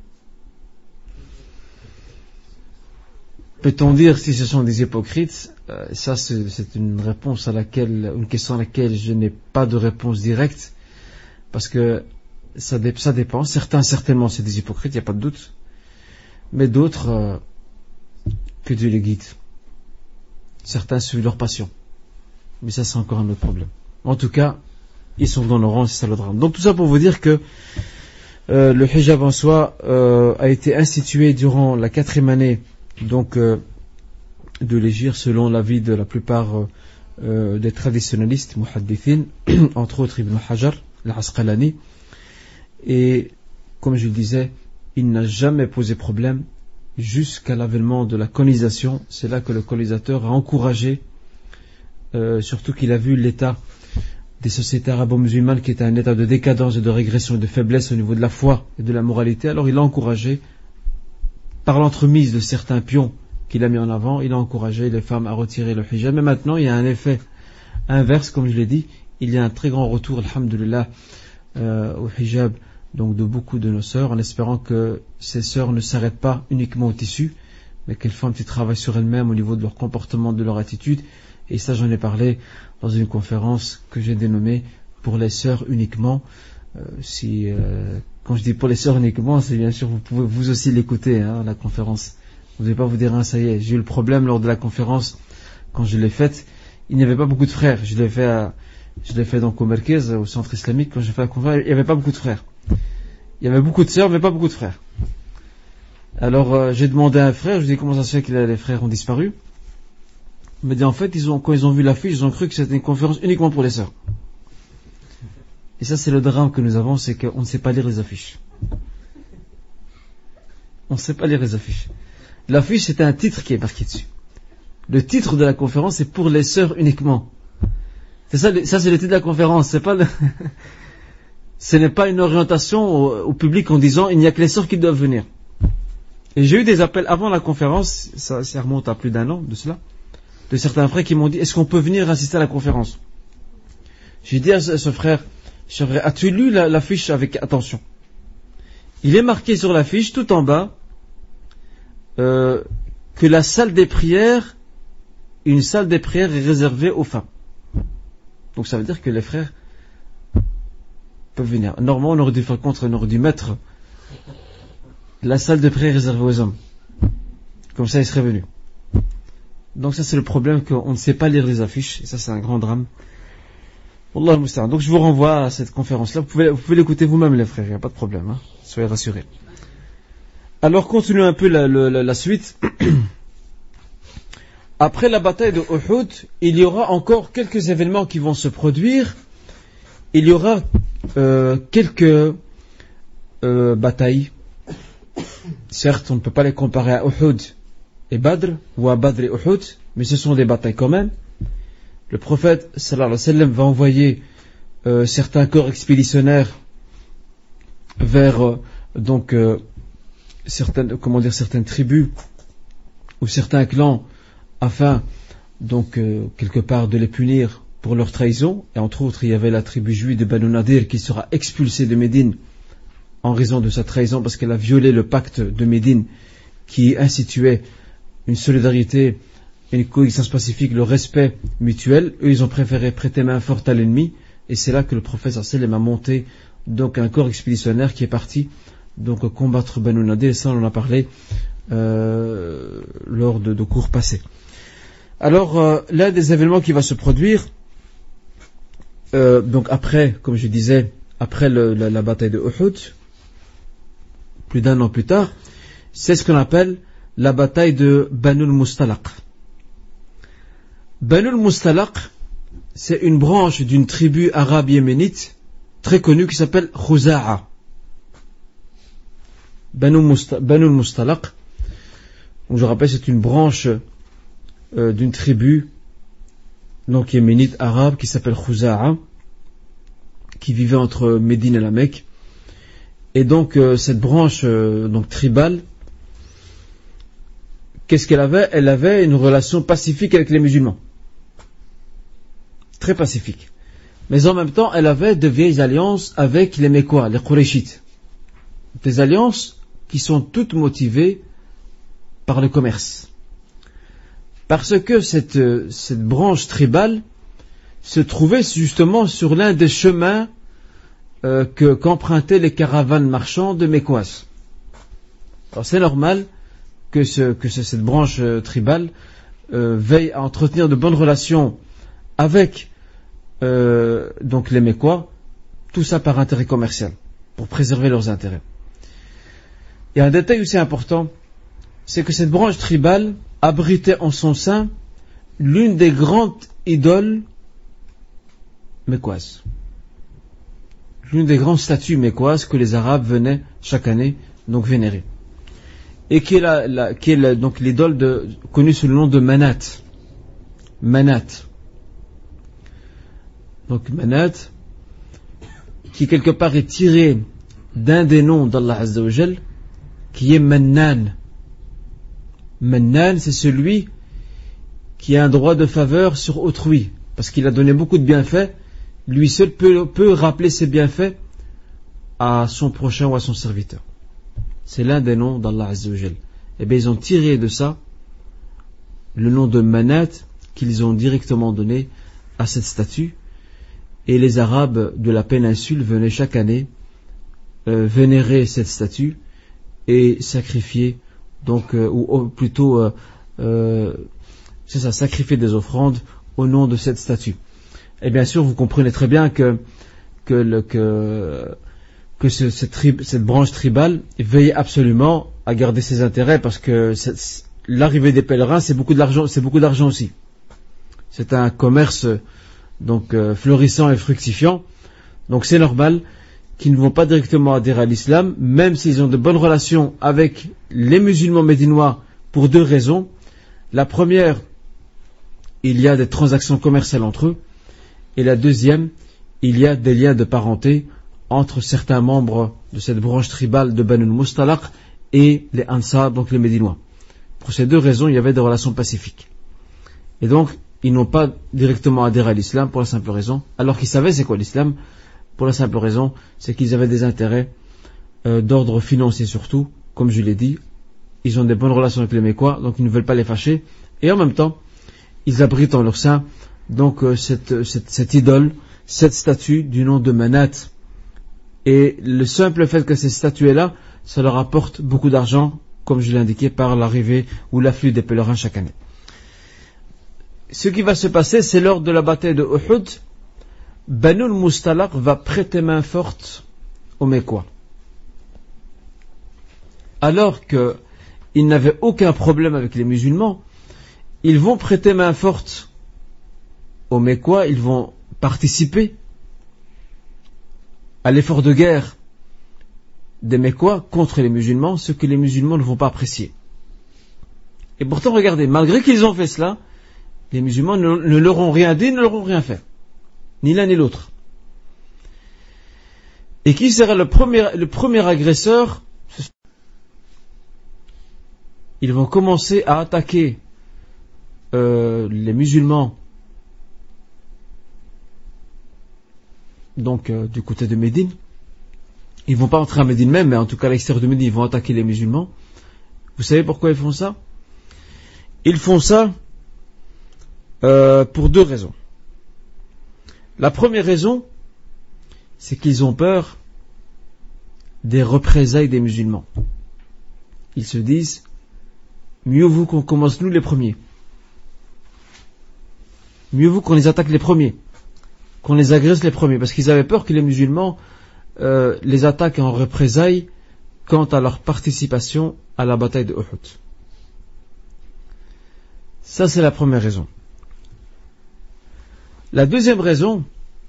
hypocrites?
Peut-on dire si ce sont des hypocrites? euh, Ça, c'est, c'est une réponse à laquelle, une question à laquelle je n'ai pas de réponse directe, parce que ça, dé, ça dépend. Certains, certainement, c'est des hypocrites, il n'y a pas de doute. Mais d'autres, euh, que Dieu les guide. Certains suivent leur passion. Mais ça, c'est encore un autre problème. En tout cas, ils sont dans nos rangs, c'est ça le drame. Donc tout ça pour vous dire que euh, le hijab en soi euh, a été institué durant la quatrième année donc euh, de l'hégire selon l'avis de la plupart euh, des traditionnalistes muhaddithin, entre autres Ibn Hajar, al-Asqalani. Et comme je le disais, il n'a jamais posé problème jusqu'à l'avènement de la colonisation. C'est là que le colonisateur a encouragé, euh, surtout qu'il a vu l'état des sociétés arabo-musulmanes qui était un état de décadence et de régression et de faiblesse au niveau de la foi et de la moralité. Alors il a encouragé, par l'entremise de certains pions qu'il a mis en avant, il a encouragé les femmes à retirer le hijab. Mais maintenant il y a un effet inverse, comme je l'ai dit, il y a un très grand retour, alhamdulillah, euh, au hijab donc de beaucoup de nos sœurs, en espérant que ces sœurs ne s'arrêtent pas uniquement au tissu, mais qu'elles font un petit travail sur elles-mêmes au niveau de leur comportement, de leur attitude. Et ça, j'en ai parlé dans une conférence que j'ai dénommée pour les sœurs uniquement. Euh, si, euh, quand je dis pour les sœurs uniquement, c'est bien sûr, vous pouvez vous aussi l'écouter, hein, la conférence. Vous ne devez pas vous dire, hein, ça y est, j'ai eu le problème lors de la conférence, quand je l'ai faite, il n'y avait pas beaucoup de frères. Je l'ai fait à, je l'ai fait donc au Merkez, au centre islamique, quand j'ai fait la conférence, il n'y avait pas beaucoup de frères. Il y avait beaucoup de sœurs, mais pas beaucoup de frères. Alors, euh, j'ai demandé à un frère, je lui ai dit comment ça se fait que les frères ont disparu. Il m'a dit, en fait, ils ont, quand ils ont vu l'affiche, ils ont cru que c'était une conférence uniquement pour les sœurs. Et ça, c'est le drame que nous avons, c'est qu'on ne sait pas lire les affiches. On ne sait pas lire les affiches. L'affiche, c'est un titre qui est marqué dessus. Le titre de la conférence, c'est pour les sœurs uniquement. C'est ça, ça c'est le titre de la conférence. C'est pas le Ce n'est pas une orientation au, au public en disant, il n'y a que les sœurs qui doivent venir. Et j'ai eu des appels avant la conférence, ça, ça remonte à plus d'un an de cela, de certains frères qui m'ont dit, est-ce qu'on peut venir assister à la conférence? J'ai dit à ce, ce frère, cher frère, as-tu lu la, la fiche avec attention? Il est marqué sur la fiche, tout en bas, euh, que la salle des prières, une salle des prières est réservée aux femmes. Donc ça veut dire que les frères peuvent venir. Normalement, on aurait dû faire contre, on aurait dû mettre la salle de prière réservée aux hommes. Comme ça, ils seraient venus. Donc ça, c'est le problème qu'on ne sait pas lire les affiches. Et ça, c'est un grand drame. Wallah musta'an. Donc je vous renvoie à cette conférence-là. Vous pouvez, vous pouvez l'écouter vous-même, les frères. Il n'y a pas de problème. Hein. Soyez rassurés. Alors, continuons un peu la, la, la suite. Après la bataille de Uhud, il y aura encore quelques événements qui vont se produire. Il y aura euh, quelques euh, batailles. Certes, on ne peut pas les comparer à Uhud et Badr, ou à Badr et Uhud, mais ce sont des batailles quand même. Le prophète sallallahu alayhi wa sallam va envoyer euh, certains corps expéditionnaires vers euh, donc euh, certaines, comment dire, certaines tribus ou certains clans afin donc euh, quelque part de les punir pour leur trahison. Et entre autres, il y avait la tribu juive de Banu Nadir qui sera expulsée de Médine en raison de sa trahison parce qu'elle a violé le pacte de Médine qui instituait une solidarité, une coexistence pacifique, le respect mutuel. Eux, ils ont préféré prêter main forte à l'ennemi, et c'est là que le prophète sallallahu alayhi wa sallam a monté donc un corps expéditionnaire qui est parti donc combattre Banu Nadir, et ça on en a parlé euh, lors de, de cours passés. Alors euh, l'un des événements qui va se produire euh, donc après, comme je disais, après le, la, la bataille de Uhud, plus d'un an plus tard, c'est ce qu'on appelle la bataille de Banu al-Mustalaq. Banu al-Mustalaq, c'est une branche d'une tribu arabe yéménite très connue qui s'appelle Khuza'a. Banu al-Mustalaq, je rappelle, c'est une branche euh, d'une tribu donc yéménite arabe qui s'appelle Khuza'a, qui vivait entre Médine et la Mecque. Et donc euh, cette branche euh, donc tribale, qu'est-ce qu'elle avait? Elle avait une relation pacifique avec les musulmans. Très pacifique. Mais en même temps, elle avait de vieilles alliances avec les Mécois, les Qurayshites. Des alliances qui sont toutes motivées par le commerce. Parce que cette, cette branche tribale se trouvait justement sur l'un des chemins euh, que, qu'empruntaient les caravanes marchandes mécoises. Alors c'est normal que, ce, que ce, cette branche euh, tribale euh, veille à entretenir de bonnes relations avec euh, donc les Mécois, tout ça par intérêt commercial, pour préserver leurs intérêts. Et un détail aussi important, c'est que cette branche tribale abritait en son sein l'une des grandes idoles mécoises. L'une des grandes statues mécoises que les Arabes venaient chaque année donc vénérer. Et qui est, la, la, qui est la, donc l'idole de, connue sous le nom de Manat. Manat. Donc Manat, qui quelque part est tiré d'un des noms d'Allah Azza wa Jal, qui est Mannan. Mannan, c'est celui qui a un droit de faveur sur autrui, parce qu'il a donné beaucoup de bienfaits, lui seul peut, peut rappeler ses bienfaits à son prochain ou à son serviteur. C'est l'un des noms d'Allah Azza wa Jal. Et bien ils ont tiré de ça le nom de Manat qu'ils ont directement donné à cette statue. Et les Arabes de la péninsule venaient chaque année euh, vénérer cette statue et sacrifier, donc, euh, ou, ou plutôt, euh, euh, c'est ça, sacrifier des offrandes au nom de cette statue. Et bien sûr, vous comprenez très bien que que, le, que, que ce, cette, tri, cette branche tribale veille absolument à garder ses intérêts, parce que l'arrivée des pèlerins, c'est beaucoup d'argent, c'est beaucoup d'argent aussi. C'est un commerce donc euh, florissant et fructifiant. Donc c'est normal qu'ils ne vont pas directement adhérer à l'islam, même s'ils ont de bonnes relations avec les musulmans médinois, pour deux raisons. La première, il y a des transactions commerciales entre eux, et la deuxième, il y a des liens de parenté entre certains membres de cette branche tribale de Banu al-Mustalaq et les Ansar, donc les Médinois. Pour ces deux raisons, il y avait des relations pacifiques. Et donc, ils n'ont pas directement adhéré à l'islam pour la simple raison, alors qu'ils savaient c'est quoi l'islam, pour la simple raison, c'est qu'ils avaient des intérêts euh, d'ordre financier surtout, comme je l'ai dit. Ils ont des bonnes relations avec les Mécois, donc ils ne veulent pas les fâcher, et en même temps, ils abritent en leur sein donc euh, cette, cette, cette idole, cette statue du nom de Manat. Et le simple fait que ces statues là, ça leur apporte beaucoup d'argent, comme je l'ai indiqué, par l'arrivée ou l'afflux des pèlerins chaque année. Ce qui va se passer, c'est lors de la bataille de Uhud, Banu al-Mustalaq va prêter main forte aux Mécois. Alors qu'ils n'avaient aucun problème avec les musulmans, ils vont prêter main forte aux Mécois, ils vont participer à l'effort de guerre des Mécois contre les musulmans, ce que les musulmans ne vont pas apprécier. Et pourtant, regardez, malgré qu'ils ont fait cela, les musulmans ne, ne leur ont rien dit, ne leur ont rien fait. Ni l'un ni l'autre. Et qui sera le premier, le premier agresseur? Ils vont commencer à attaquer euh, les musulmans, donc euh, du côté de Médine. Ils ne vont pas entrer à Médine même, mais en tout cas à l'extérieur de Médine, ils vont attaquer les musulmans. Vous savez pourquoi ils font ça? Ils font ça euh, pour deux raisons. La première raison, c'est qu'ils ont peur des représailles des musulmans. Ils se disent, mieux vaut qu'on commence nous les premiers. Mieux vaut qu'on les attaque les premiers, qu'on les agresse les premiers, parce qu'ils avaient peur que les musulmans euh, les attaquent en représailles quant à leur participation à la bataille de Uhud. Ça, c'est la première raison. La deuxième raison,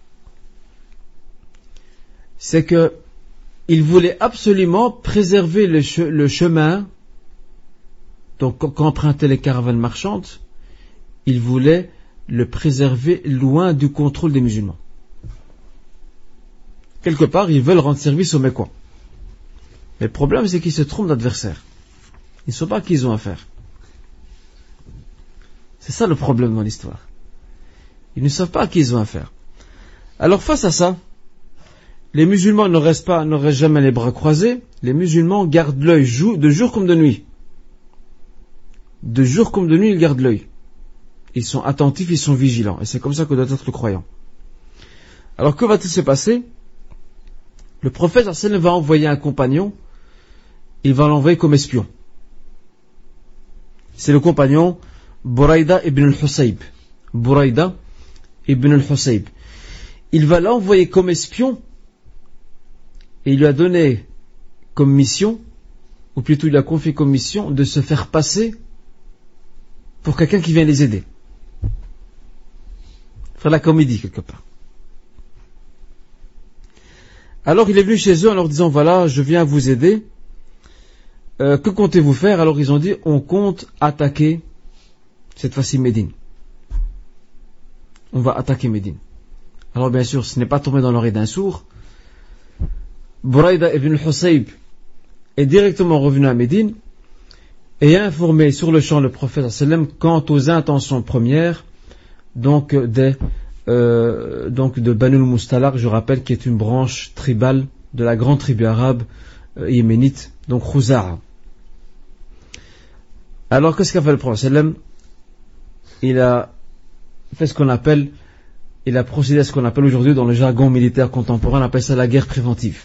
c'est que ils voulaient absolument préserver le, che- le chemin, donc qu'empruntaient les caravanes marchandes, ils voulaient le préserver loin du contrôle des musulmans. Quelque part, ils veulent rendre service aux Mécois. Mais le problème, c'est qu'ils se trompent d'adversaire. Ils ne savent pas à qui ils ont affaire. C'est ça le problème dans l'histoire. Ils ne savent pas à qui ils ont affaire. Alors face à ça, les musulmans ne restent pas, ne restent jamais les bras croisés. Les musulmans gardent l'œil de jour comme de nuit. De jour comme de nuit, ils gardent l'œil. Ils sont attentifs, ils sont vigilants. Et c'est comme ça que doit être le croyant. Alors que va-t-il se passer? Le prophète sallallahu alayhi wa sallam va envoyer un compagnon. Il va l'envoyer comme espion. C'est le compagnon Buraïda ibn al-Husayb. Buraïda ibn al-Husayb. Il va l'envoyer comme espion et il lui a donné comme mission, ou plutôt il a confié comme mission, de se faire passer pour quelqu'un qui vient les aider. Faire la comédie quelque part. Alors il est venu chez eux en leur disant, voilà, je viens vous aider. Euh, que comptez-vous faire? Alors ils ont dit, on compte attaquer cette fois-ci Médine. On va attaquer Médine. Alors bien sûr, ce n'est pas tombé dans l'oreille d'un sourd. Buraïda ibn al-Husayb est directement revenu à Médine et a informé sur le champ le prophète sallallahu alayhi wa sallam quant aux intentions premières donc des euh, donc de Banu al-Mustalaq, je rappelle, qui est une branche tribale de la grande tribu arabe euh, yéménite, donc Khuza'a. Alors qu'est-ce qu'a fait le prophète sallam? Il a fait ce qu'on appelle, il a procédé à ce qu'on appelle aujourd'hui dans le jargon militaire contemporain, on appelle ça la guerre préventive.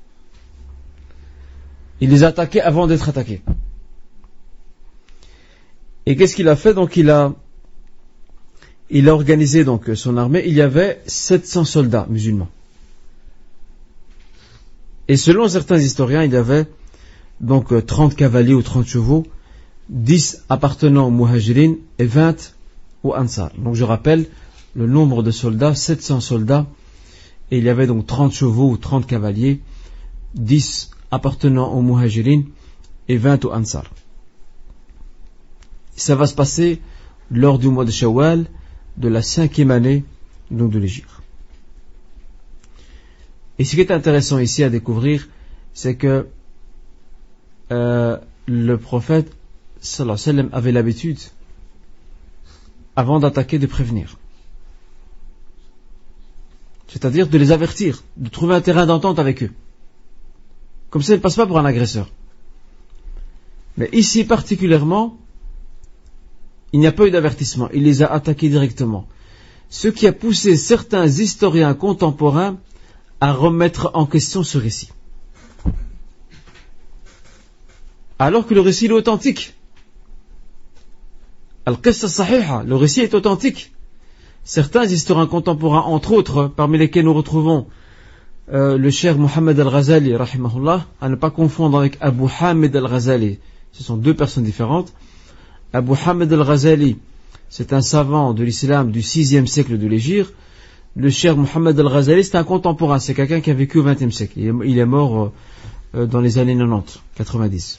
Il les a attaqués avant d'être attaqués. Et qu'est-ce qu'il a fait? Donc il a il a organisé donc son armée. Il y avait sept cents soldats musulmans. Et selon certains historiens, il y avait donc trente cavaliers ou trente chevaux, dix appartenant aux muhajirin et vingt aux ansar. Donc je rappelle le nombre de soldats, sept cents soldats, et il y avait donc trente chevaux ou trente cavaliers, dix appartenant aux muhajirin et vingt aux ansar. Ça va se passer lors du mois de Shawwal de la cinquième année donc de l'Hégire. Et ce qui est intéressant ici à découvrir, c'est que euh, le prophète sallallahu alayhi wa sallam avait l'habitude, avant d'attaquer, de prévenir. C'est-à-dire de les avertir, de trouver un terrain d'entente avec eux. Comme ça, il ne passe pas pour un agresseur. Mais ici particulièrement, il n'y a pas eu d'avertissement, il les a attaqués directement. Ce qui a poussé certains historiens contemporains à remettre en question ce récit. Alors que le récit est authentique. Al-Qissa Sahiha, le récit est authentique. Certains historiens contemporains, entre autres, parmi lesquels nous retrouvons euh, le cheikh Mohammed Al-Ghazali, rahimahullah, à ne pas confondre avec Abu Hamid Al-Ghazali. Ce sont deux personnes différentes. Abu Hamid Al-Ghazali, c'est un savant de l'islam du sixième siècle de l'Hégire. Le cheikh Mohammed Al-Ghazali, c'est un contemporain, c'est quelqu'un qui a vécu au vingtième siècle. Il est, il est mort euh, dans les années quatre-vingt-dix, quatre-vingt-dix.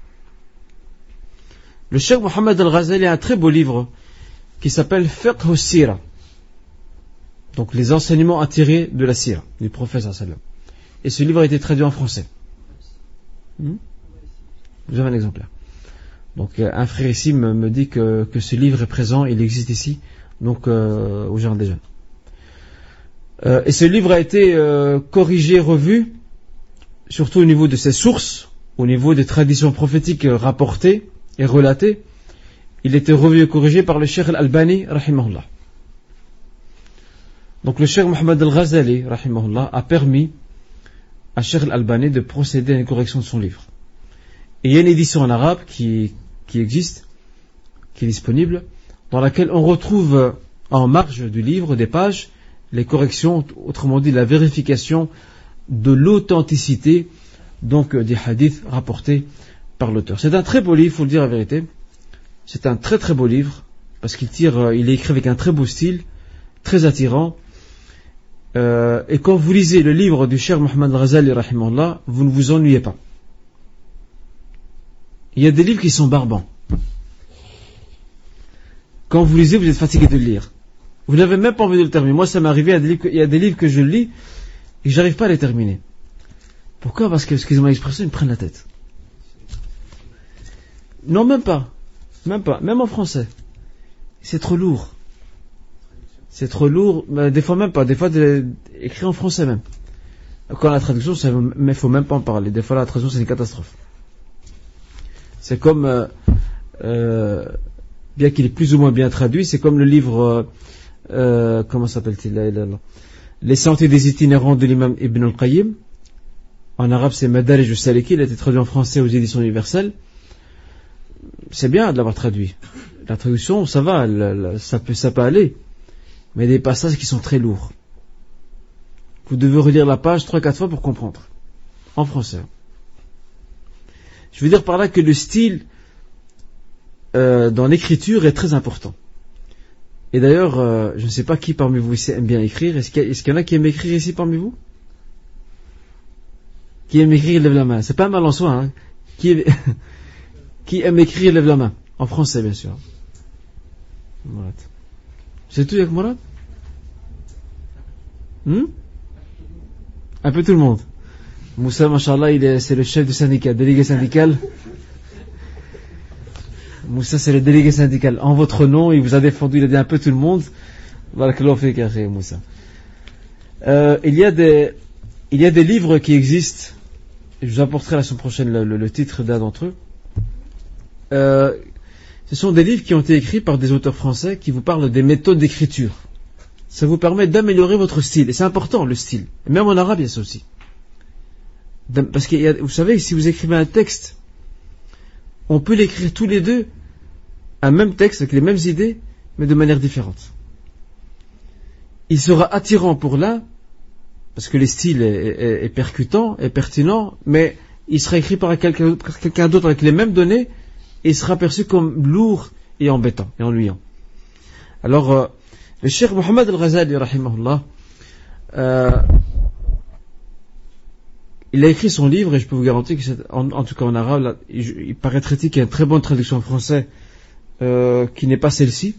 Le cheikh Mohammed Al-Ghazali a un très beau livre qui s'appelle Fiqh al-Sira. Donc les enseignements à tirer de la Sira, du prophète sallallahu alayhi wa sallam. Et ce livre a été traduit en français. Hmm? Vous avez un exemplaire. Donc un frère ici me, me dit que, que ce livre est présent, il existe ici, donc euh, au Jardin des Jeunes. Euh, et ce livre a été euh, corrigé, revu, surtout au niveau de ses sources, au niveau des traditions prophétiques euh, rapportées et relatées. Il était revu et corrigé par le cheikh Al-Albani, rahimahullah. Donc le cheikh Mohammed Al-Ghazali, rahimahullah, a permis à cheikh Al-Albani de procéder à une correction de son livre. Et il y a une édition en arabe qui, qui existe, qui est disponible, dans laquelle on retrouve en marge du livre, des pages, les corrections, autrement dit la vérification de l'authenticité donc des hadiths rapportés par l'auteur. C'est un très beau livre, il faut le dire la vérité. C'est un très très beau livre, parce qu'il tire, il est écrit avec un très beau style, très attirant. Euh, et quand vous lisez le livre du cheikh Mohammed Ghazali, rahimahullah, vous ne vous ennuyez pas. Il y a des livres qui sont barbants. Quand vous lisez, vous êtes fatigué de le lire. Vous n'avez même pas envie de le terminer. Moi, ça m'est arrivé, il y a des livres que je lis et j'arrive pas à les terminer. Pourquoi? Parce que, excusez-moi l'expression, ils me prennent la tête. Non, même pas. Même pas. Même en français. C'est trop lourd. C'est trop lourd. Mais des fois même pas. Des fois, de, écrit en français même. Quand la traduction, ça, mais faut même pas en parler. Des fois, la traduction, c'est une catastrophe. C'est comme, euh, euh, bien qu'il est plus ou moins bien traduit, c'est comme le livre, euh, euh, comment s'appelle-t-il là, là, là, Les Sentiers des itinérants de l'imam Ibn al-Qayyim. En arabe, c'est Madarij al-Saliki. Il a été traduit en français aux éditions universelles. C'est bien de l'avoir traduit. La traduction, ça va, la, la, ça peut, ça peut aller. Mais il y a des passages qui sont très lourds. Vous devez relire la page trois quatre fois pour comprendre. En français. Je veux dire par là que le style euh, dans l'écriture est très important. Et d'ailleurs, euh, je ne sais pas qui parmi vous ici aime bien écrire. Est-ce qu'il y, a, est-ce qu'il y en a qui aiment écrire ici parmi vous? Qui aime écrire, lève la main. C'est pas mal en soi. Hein. Qui, est... qui aime écrire, lève la main. En français, bien sûr. Mourad. C'est tout avec Mourad? hmm Un peu tout le monde. Moussa, machallah, il est, c'est le chef du syndicat, délégué syndical. Moussa, c'est le délégué syndical. En votre nom, il vous a défendu, il a dit un peu tout le monde. Voilà que l'on fait carré, Moussa. Euh, il y a des, il y a des livres qui existent. Et je vous apporterai la semaine prochaine le, le, le titre d'un d'entre eux. Euh, ce sont des livres qui ont été écrits par des auteurs français qui vous parlent des méthodes d'écriture. Ça vous permet d'améliorer votre style. Et c'est important, le style. Et même en arabe, il y a ça aussi. Parce que, vous savez, si vous écrivez un texte, on peut l'écrire tous les deux, un même texte avec les mêmes idées, mais de manière différente. Il sera attirant pour l'un, parce que le style est, est, est percutant, est pertinent, mais il sera écrit par quelqu'un, par quelqu'un d'autre avec les mêmes données, et il sera perçu comme lourd et embêtant, et ennuyant. Alors, euh, le cheikh Mohammed al-Ghazali, rahimahullah, euh, il a écrit son livre, et je peux vous garantir que c'est, en, en tout cas en arabe, là, il, il paraîtrait qu'il y a une très bonne traduction en français, euh, qui n'est pas celle-ci.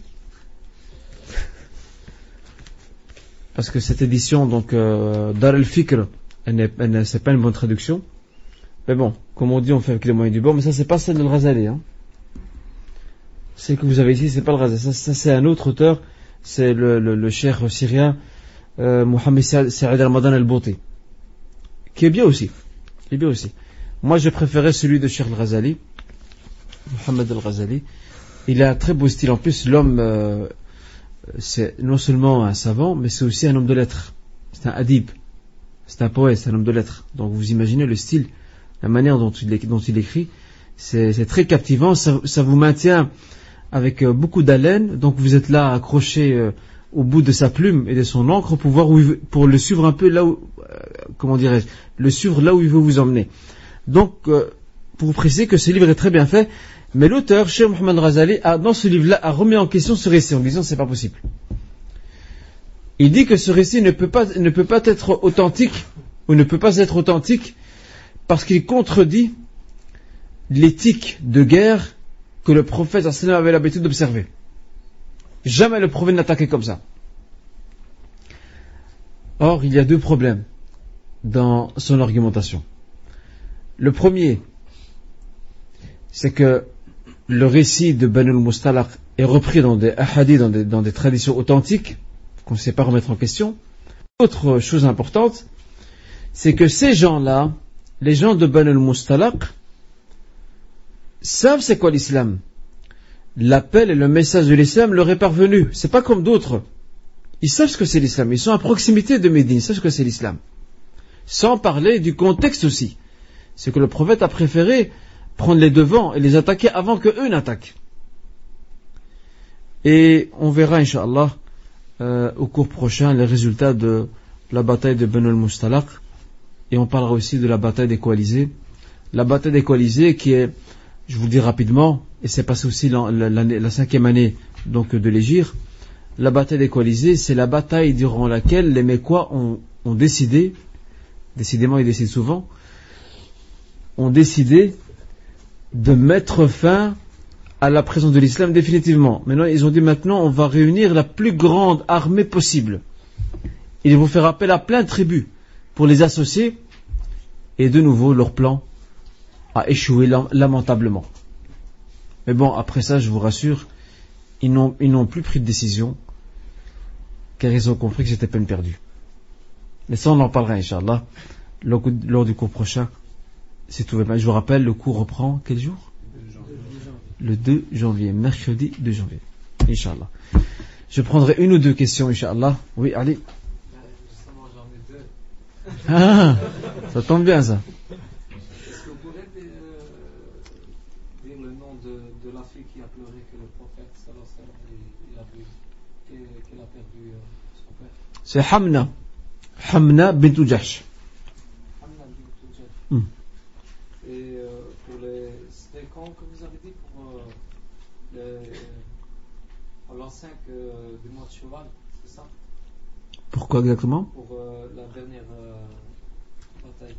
Parce que cette édition, donc, euh, Dar al-Fikr, elle n'est, elle n'est, c'est pas une bonne traduction. Mais bon, comme on dit, on fait avec les moyens du bord, mais ça, c'est pas celle de Al-Ghazali, hein. Celle que vous avez ici, c'est pas Al-Ghazali. Ça, ça, c'est un autre auteur, c'est le, le, le cheikh syrien, euh, Mohamed Saïd al-Madan al-Bouti, qui est bien aussi. Qui est bien aussi. Moi, je préférais celui de Cheikh al-Ghazali, Mohamed al-Ghazali. Il a un très beau style. En plus, l'homme, euh, c'est non seulement un savant, mais c'est aussi un homme de lettres. C'est un adib. C'est un poète, c'est un homme de lettres. Donc, vous imaginez le style, la manière dont il, dont il écrit, c'est, c'est très captivant. Ça, ça vous maintient avec euh, beaucoup d'haleine. Donc, vous êtes là accroché euh, au bout de sa plume et de son encre pour voir où il veut, pour le suivre un peu là où, euh, comment dirais-je, le suivre là où il veut vous emmener. Donc, euh, pour vous préciser que ce livre est très bien fait, mais l'auteur, Cheikh Mohammed al-Ghazali, a, dans ce livre-là, a remis en question ce récit en disant c'est pas possible. Il dit que ce récit ne peut pas, ne peut pas être authentique, ou ne peut pas être authentique, parce qu'il contredit l'éthique de guerre que le prophète sallallahu alayhi wa sallam avait l'habitude d'observer. Jamais le prophète n'attaquait comme ça. Or, il y a deux problèmes dans son argumentation. Le premier, c'est que le récit de Banu al-Mustalaq est repris dans des ahadiths, dans des, dans des traditions authentiques, qu'on ne sait pas remettre en question. Autre chose importante, c'est que ces gens-là, les gens de Banu al-Mustalaq, savent c'est quoi l'islam. L'appel et le message de l'islam leur est parvenu. C'est pas comme d'autres. Ils savent ce que c'est l'islam. Ils sont à proximité de Médine. Ils savent ce que c'est l'islam. Sans parler du contexte aussi. C'est que le prophète a préféré prendre les devants et les attaquer avant que eux n'attaquent. Et on verra, Inch'Allah, euh, au cours prochain, les résultats de la bataille de Banu al-Mustalaq. Et on parlera aussi de la bataille des coalisés. La bataille des coalisés qui est, je vous le dis rapidement, et c'est passé aussi la, la, la, la cinquième année donc, de l'Hégire. La bataille des coalisés, c'est la bataille durant laquelle les Mécois ont, ont décidé, décidément ils décident souvent, ont décidé de mettre fin à la présence de l'islam définitivement. Maintenant, ils ont dit maintenant, on va réunir la plus grande armée possible. Ils vont faire appel à plein de tribus pour les associer, et de nouveau, leur plan a échoué lamentablement. Mais bon, après ça, je vous rassure, ils n'ont, ils n'ont plus pris de décision, car ils ont compris que c'était peine perdue. Mais ça, on en parlera, Inch'Allah, lors, lors du cours prochain. Si tout va bien. Je vous rappelle, le cours reprend quel jour ? Le deux janvier, mercredi deux janvier. Inch'Allah. Je prendrai une ou deux questions, Inch'Allah. Oui, allez.
Justement, j'en ai deux.
Ah, ça tombe bien, ça.
Est-ce que vous pourrez euh, dire le nom de, de la fille qui a pleuré que le prophète sallallahu alayhi wa sallam il a vu, qu'elle a perdu euh, son père?
C'est Hamna. Hamna bint Jahsh.
Hamna bint Jahsh.
Hmm.
Et euh, pour les. C'était quand que vous avez dit pour euh, les, euh, l'an cinq euh, du mois de Shawwal, c'est ça?
Pourquoi exactement?
Pour euh, la dernière euh, bataille.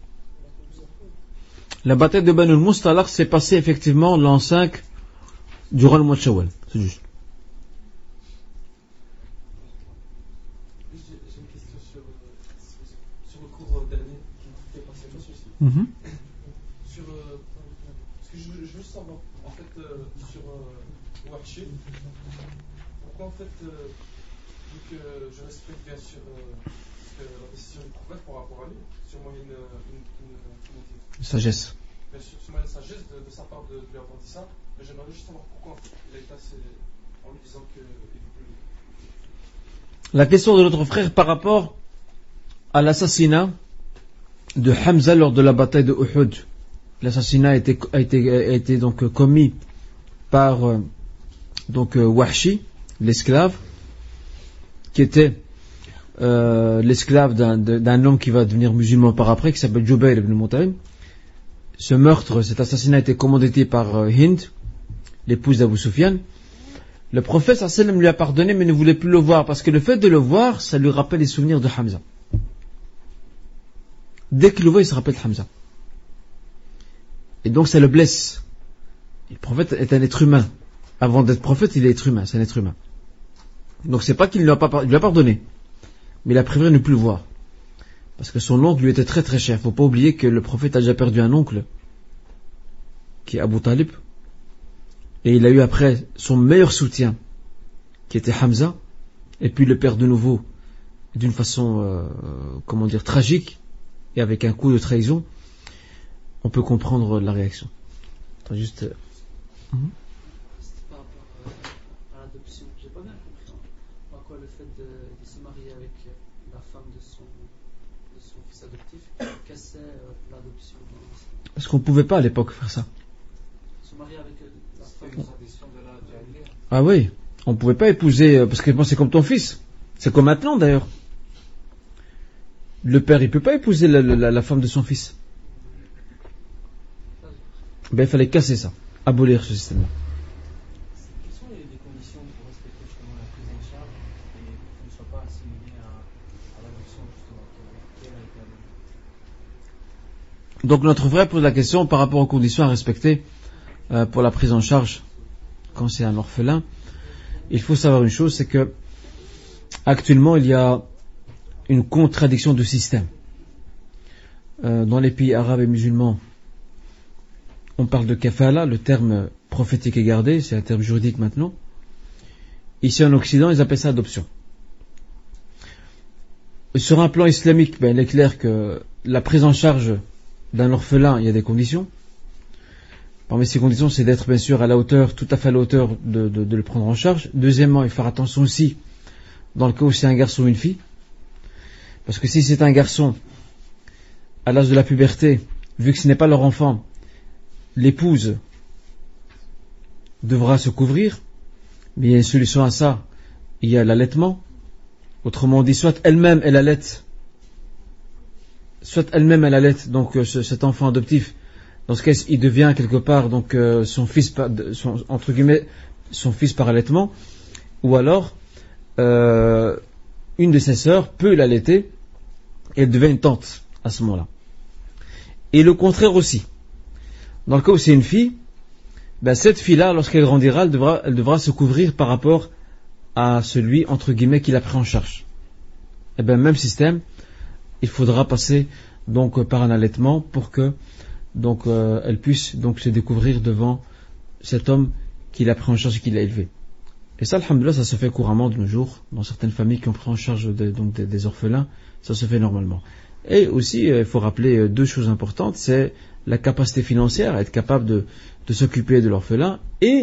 La bataille de Banu al-Mustalaq s'est passée effectivement l'an cinq durant le mois de Shawwal. C'est juste.
J'ai une question sur, sur le cours dernier qui fait passer le souci.
Mm-hmm.
Sur, euh, parce que je, je veux savoir, en fait, euh, sur euh, Wahshi, pourquoi en fait, euh, vu que je respecte bien sûr euh, la décision du prophète par rapport à lui, sûrement une, une, une, une, une
sagesse.
Bien sûr, sûrement une sagesse de, de sa part de, de lui avoir dit ça, mais j'aimerais juste savoir pourquoi en fait, il a été assez, en lui disant qu'il ne veut plus.
La question de notre frère par rapport à l'assassinat de Hamza lors de la bataille de Uhud. L'assassinat a été, a été, a été donc commis par euh, donc euh, Wahshi, l'esclave, qui était euh, l'esclave d'un, d'un homme qui va devenir musulman par après, qui s'appelle Jubayr ibn Mut'im. Ce meurtre, cet assassinat a été commandité par euh, Hind, l'épouse d'Abu Sufyan. Le prophète sallallahu alayhi wa sallam lui a pardonné, mais ne voulait plus le voir, parce que le fait de le voir, ça lui rappelle les souvenirs de Hamza. Dès qu'il le voit, il se rappelle de Hamza. Et donc ça le blesse. Et le prophète est un être humain. Avant d'être prophète, il est être humain, c'est un être humain. Donc c'est pas qu'il ne lui a pas il lui a pardonné, mais il a préféré ne plus le voir. Parce que son oncle lui était très très cher. Il ne faut pas oublier que le prophète a déjà perdu un oncle, qui est Abu Talib. Et il a eu après son meilleur soutien, qui était Hamza, et puis il le perd de nouveau d'une façon, euh, comment dire, tragique, et avec un coup de trahison. On peut comprendre la réaction. Attends, juste. Euh... Mm-hmm.
C'était par rapport euh, à l'adoption. J'ai pas bien compris. Hein. À quoi le fait de, de se marier avec la femme de son, de son fils adoptif cassait euh, l'adoption.
Est-ce qu'on pouvait pas à l'époque faire ça?
Se marier avec euh, la femme.
Une tradition de la Jahiliya.
Ah oui, on pouvait pas épouser, euh, parce que bon, c'est comme ton fils. C'est comme maintenant d'ailleurs. Le père, il peut pas épouser la, la, la femme de son fils. Ben, il fallait casser ça, abolir ce système-là.
Quelles sont les, les conditions pour respecter justement la prise en charge et pour ne soit pas assimilé à, à l'adoption justement qui a été adoptée?
Donc notre frère pose la question par rapport aux conditions à respecter euh, pour la prise en charge quand c'est un orphelin. Il faut savoir une chose, c'est que actuellement il y a une contradiction de système. Euh, dans les pays arabes et musulmans, on parle de kafala, le terme prophétique est gardé, c'est un terme juridique maintenant. Ici en Occident, ils appellent ça adoption. Sur un plan islamique, ben, il est clair que la prise en charge d'un orphelin, il y a des conditions. Parmi ces conditions, c'est d'être bien sûr à la hauteur, tout à fait à la hauteur de, de, de le prendre en charge. Deuxièmement, il faut faire attention aussi dans le cas où c'est un garçon ou une fille. Parce que si c'est un garçon, à l'âge de la puberté, vu que ce n'est pas leur enfant, l'épouse devra se couvrir, mais il y a une solution à ça, il y a l'allaitement. Autrement dit, soit elle-même elle allaite, soit elle-même elle allaite, donc euh, ce, cet enfant adoptif, dans ce cas il devient quelque part donc euh, son fils par, son, entre guillemets son fils par allaitement, ou alors euh, une de ses sœurs peut l'allaiter et elle devient une tante à ce moment-là. Et le contraire aussi. Dans le cas où c'est une fille, ben cette fille-là, lorsqu'elle grandira, elle devra, elle devra se couvrir par rapport à celui, entre guillemets, qui l'a pris en charge. Et bien, même système, il faudra passer donc par un allaitement pour que donc euh, elle puisse donc se découvrir devant cet homme qui l'a pris en charge et qui l'a élevé. Et ça, alhamdoulilah, ça se fait couramment de nos jours, dans certaines familles qui ont pris en charge de, donc des, des orphelins, ça se fait normalement. Et aussi, il faut rappeler deux choses importantes, c'est la capacité financière, être capable de, de s'occuper de l'orphelin, et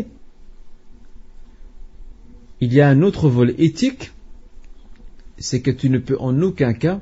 il y a un autre volet éthique, c'est que tu ne peux en aucun cas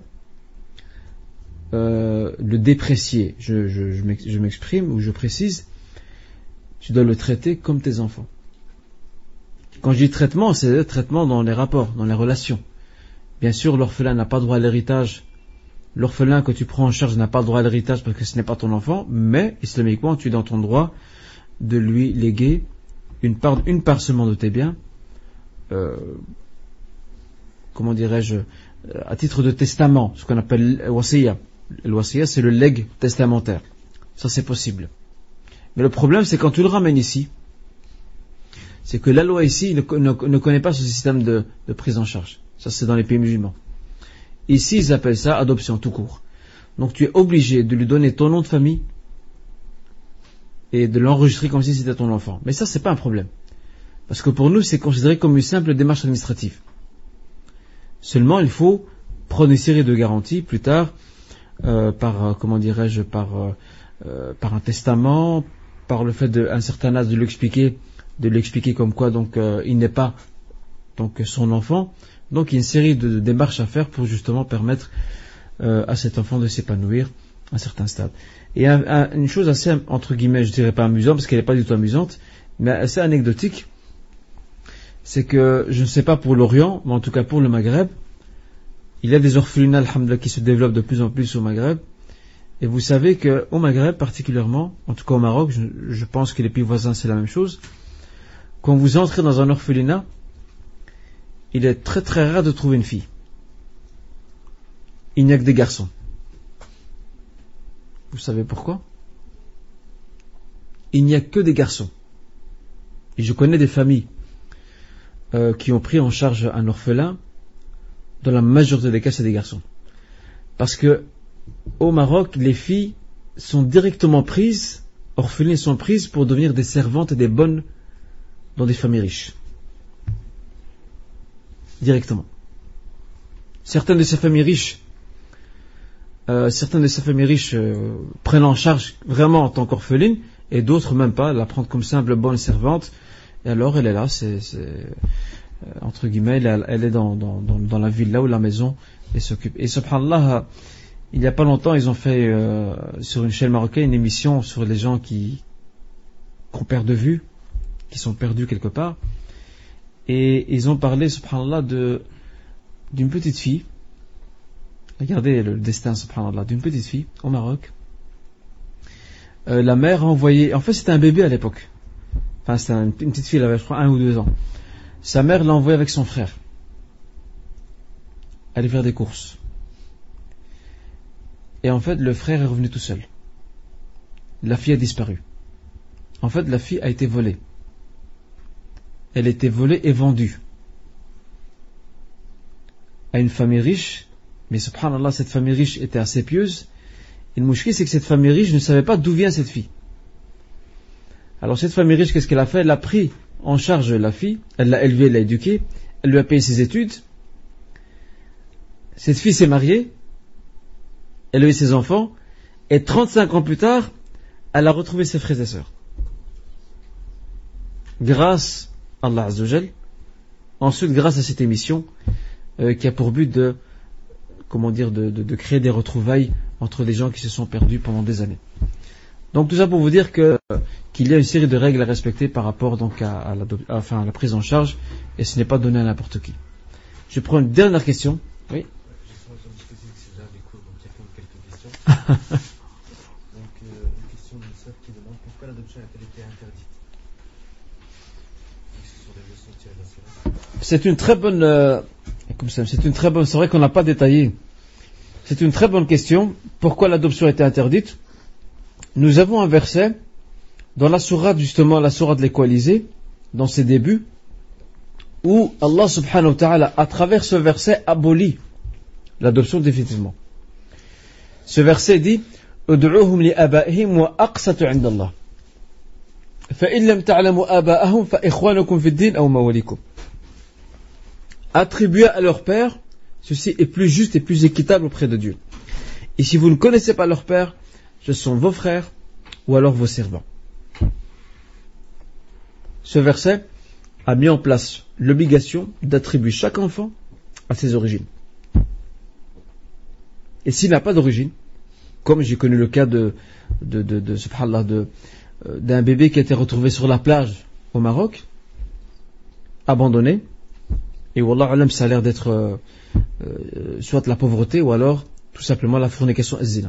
euh, le déprécier. Je, je, je m'exprime ou je précise, tu dois le traiter comme tes enfants. Quand je dis traitement, c'est le traitement dans les rapports, dans les relations. Bien sûr, l'orphelin n'a pas droit à l'héritage. L'orphelin que tu prends en charge n'a pas droit à l'héritage parce que ce n'est pas ton enfant, mais islamiquement, tu es dans ton droit de lui léguer une part, une part seulement de tes biens, euh, comment dirais-je, à titre de testament, ce qu'on appelle le wasiya. Le wasiya, c'est le legs testamentaire. Ça, c'est possible. Mais le problème, c'est quand tu le ramènes ici, c'est que la loi ici ne, ne, ne connaît pas ce système de, de prise en charge. Ça, c'est dans les pays musulmans. Ici, ils appellent ça adoption tout court. Donc, tu es obligé de lui donner ton nom de famille et de l'enregistrer comme si c'était ton enfant. Mais ça, c'est pas un problème. Parce que pour nous, c'est considéré comme une simple démarche administrative. Seulement, il faut prendre une série de garanties plus tard, euh, par, euh, comment dirais-je, par, euh, euh, par un testament, par le fait d'un certain âge de l'expliquer, de l'expliquer comme quoi donc euh, il n'est pas donc son enfant. Donc il y a une série de, de démarches à faire pour justement permettre euh, à cet enfant de s'épanouir à un certain stade. Et un, un, une chose assez, entre guillemets, je dirais pas amusante, parce qu'elle n'est pas du tout amusante, mais assez anecdotique, c'est que, je ne sais pas pour l'Orient, mais en tout cas pour le Maghreb, il y a des orphelinats, alhamdoulilah, qui se développent de plus en plus au Maghreb. Et vous savez qu'au Maghreb particulièrement, en tout cas au Maroc, je, je pense que les pays voisins c'est la même chose, quand vous entrez dans un orphelinat, il est très très rare de trouver une fille. Il n'y a que des garçons. Vous savez pourquoi? Il n'y a que des garçons. Et je connais des familles euh, qui ont pris en charge un orphelin. Dans la majorité des cas, c'est des garçons. Parce que au Maroc, les filles sont directement prises, orphelines sont prises pour devenir des servantes et des bonnes dans des familles riches. Directement. Certaines de ces familles riches, euh, certaines de ces familles riches euh, prennent en charge vraiment en tant qu'orpheline, et d'autres même pas, la prendre comme simple bonne servante, et alors elle est là, c'est, c'est euh, entre guillemets, elle, elle est dans, dans, dans, dans la villa ou la maison, et s'occupe. Et subhanallah, il n'y a pas longtemps, ils ont fait euh, sur une chaîne marocaine une émission sur les gens qui qu'on perd de vue, qui sont perdus quelque part. Et ils ont parlé, subhanallah, de, d'une petite fille. Regardez le destin, subhanallah, d'une petite fille au Maroc. Euh, la mère a envoyé, en fait c'était un bébé à l'époque. Enfin c'était une, une petite fille, elle avait je crois un ou deux ans. Sa mère l'a envoyé avec son frère. Aller faire des courses. Et en fait le frère est revenu tout seul. La fille a disparu. En fait la fille a été volée. Elle était volée et vendue à une famille riche, mais subhanallah, cette famille riche était assez pieuse, et le mouchki, c'est que cette famille riche ne savait pas d'où vient cette fille. Alors cette famille riche, qu'est-ce qu'elle a fait? Elle a pris en charge la fille, elle l'a élevée, elle l'a éduquée, elle lui a payé ses études, cette fille s'est mariée, elle a eu ses enfants, et trente-cinq ans plus tard, elle a retrouvé ses frères et sœurs. Grâce Allah Azzawajal. Ensuite, grâce à cette émission euh, qui a pour but de, comment dire, de, de, de créer des retrouvailles entre des gens qui se sont perdus pendant des années. Donc tout ça pour vous dire que qu'il y a une série de règles à respecter par rapport donc à, à, la, à, enfin, à la prise en charge, et ce n'est pas donné à n'importe qui. Je prends une dernière question. Oui.
Donc euh, une question d'une sœur qui demande pourquoi l'adoption a-t-elle été interdite?
C'est une très bonne, euh, comme ça, c'est une très bonne, c'est vrai qu'on n'a pas détaillé. C'est une très bonne question. Pourquoi l'adoption a été interdite? Nous avons un verset dans la sourate, justement, la sourate de l'Équalisé, dans ses débuts, où Allah subhanahu wa ta'ala, à travers ce verset, abolit l'adoption définitivement. Ce verset dit, Ud'uhum li aba'ihim wa aqsatu 'inda Allah. Fa in lam ta'lamu aba'ahum fa ikhwanukum fid din aw mawalikum. Attribuer à leur père, ceci est plus juste et plus équitable auprès de Dieu. Et si vous ne connaissez pas leur père, ce sont vos frères ou alors vos servants. Ce verset a mis en place l'obligation d'attribuer chaque enfant à ses origines. Et s'il n'a pas d'origine, comme j'ai connu le cas de, de, de, de, subhanallah, de, euh, d'un bébé qui a été retrouvé sur la plage au Maroc, abandonné, et wallah alam, ça a l'air d'être euh, euh, soit la pauvreté ou alors tout simplement la fornication az-zina.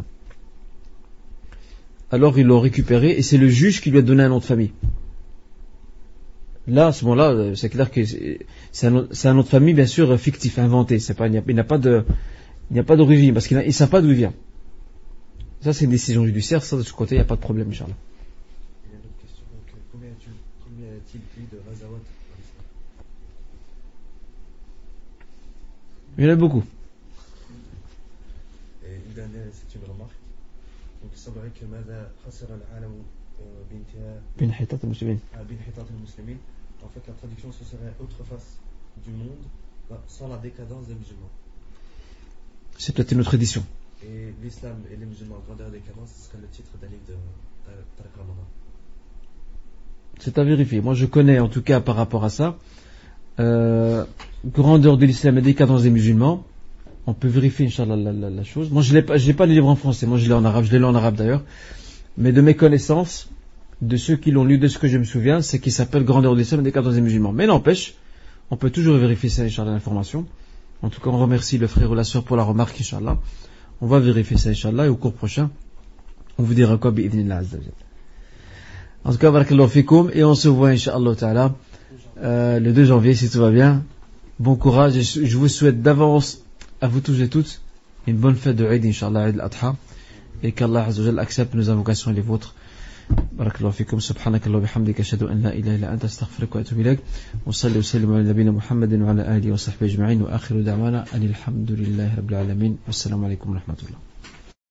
Alors ils l'ont récupéré et c'est le juge qui lui a donné un nom de famille. Là, à ce moment-là, c'est clair que c'est un, c'est un nom de famille bien sûr fictif, inventé. C'est pas, il n'y a, a pas de, il n'y a pas d'origine parce qu'il ne sait pas d'où il vient. Ça c'est une décision judiciaire. Ça de ce côté, il n'y a pas de problème, Inch'Allah.
Il y a d'autres questions. Donc, combien a-t-il pris de Ghazawat?
Il y en a beaucoup.
Et une dernière, c'est une remarque. Donc il semblerait que Mada Khasar al-Alam euh,
Bin Hitat al-Muslimin.
à Bin Hitat al-Muslimin. En fait, la traduction ce serait autre face du monde, bah, sans la décadence des musulmans.
C'est peut-être une autre édition.
Et l'islam et les musulmans, grandeur et décadence, ce serait le titre d'un livre de Tariq Ramadan.
C'est à vérifier. Moi, je connais en tout cas par rapport à ça, euh, grandeur de l'islam et décadence des musulmans. On peut vérifier, Inch'Allah, la, la, la chose. Moi, je n'ai pas, je n'ai pas le livre en français. Moi, je l'ai en arabe. Je l'ai lu en arabe d'ailleurs. Mais de mes connaissances, de ceux qui l'ont lu, de ce que je me souviens, c'est qu'il s'appelle grandeur de l'islam et décadence des musulmans. Mais n'empêche, on peut toujours vérifier ça, Inch'Allah, l'information. En tout cas, on remercie le frère ou la sœur pour la remarque, Inch'Allah. On va vérifier ça, Inch'Allah, et au cours prochain, on vous dira quoi, bi'idhnillah azza wa jalla. En tout cas, barakallahu fikoum, et on se voit, Inch'Allah ta'ala, euh, le deux janvier, si tout va bien. Bon courage, et je vous souhaite d'avance, à vous tous et toutes, une bonne fête de Eid, Inch'Allah, Eid al-Adha, et qu'Allah azza wa jalla accepte nos invocations et les vôtres. barakallahu fikoum, subhanakallahu bihamdika, ashhadu an la ilaha illa anta, astaghfiruka wa atubu ilaik, wa salli wa sallim ala nabina Muhammadin wa ala alihi wa sahbihi ajma'in, wa akhiru da'wana anil hamdulillahi rabbil alamin, wassalamu alaikum wa rahmatullah.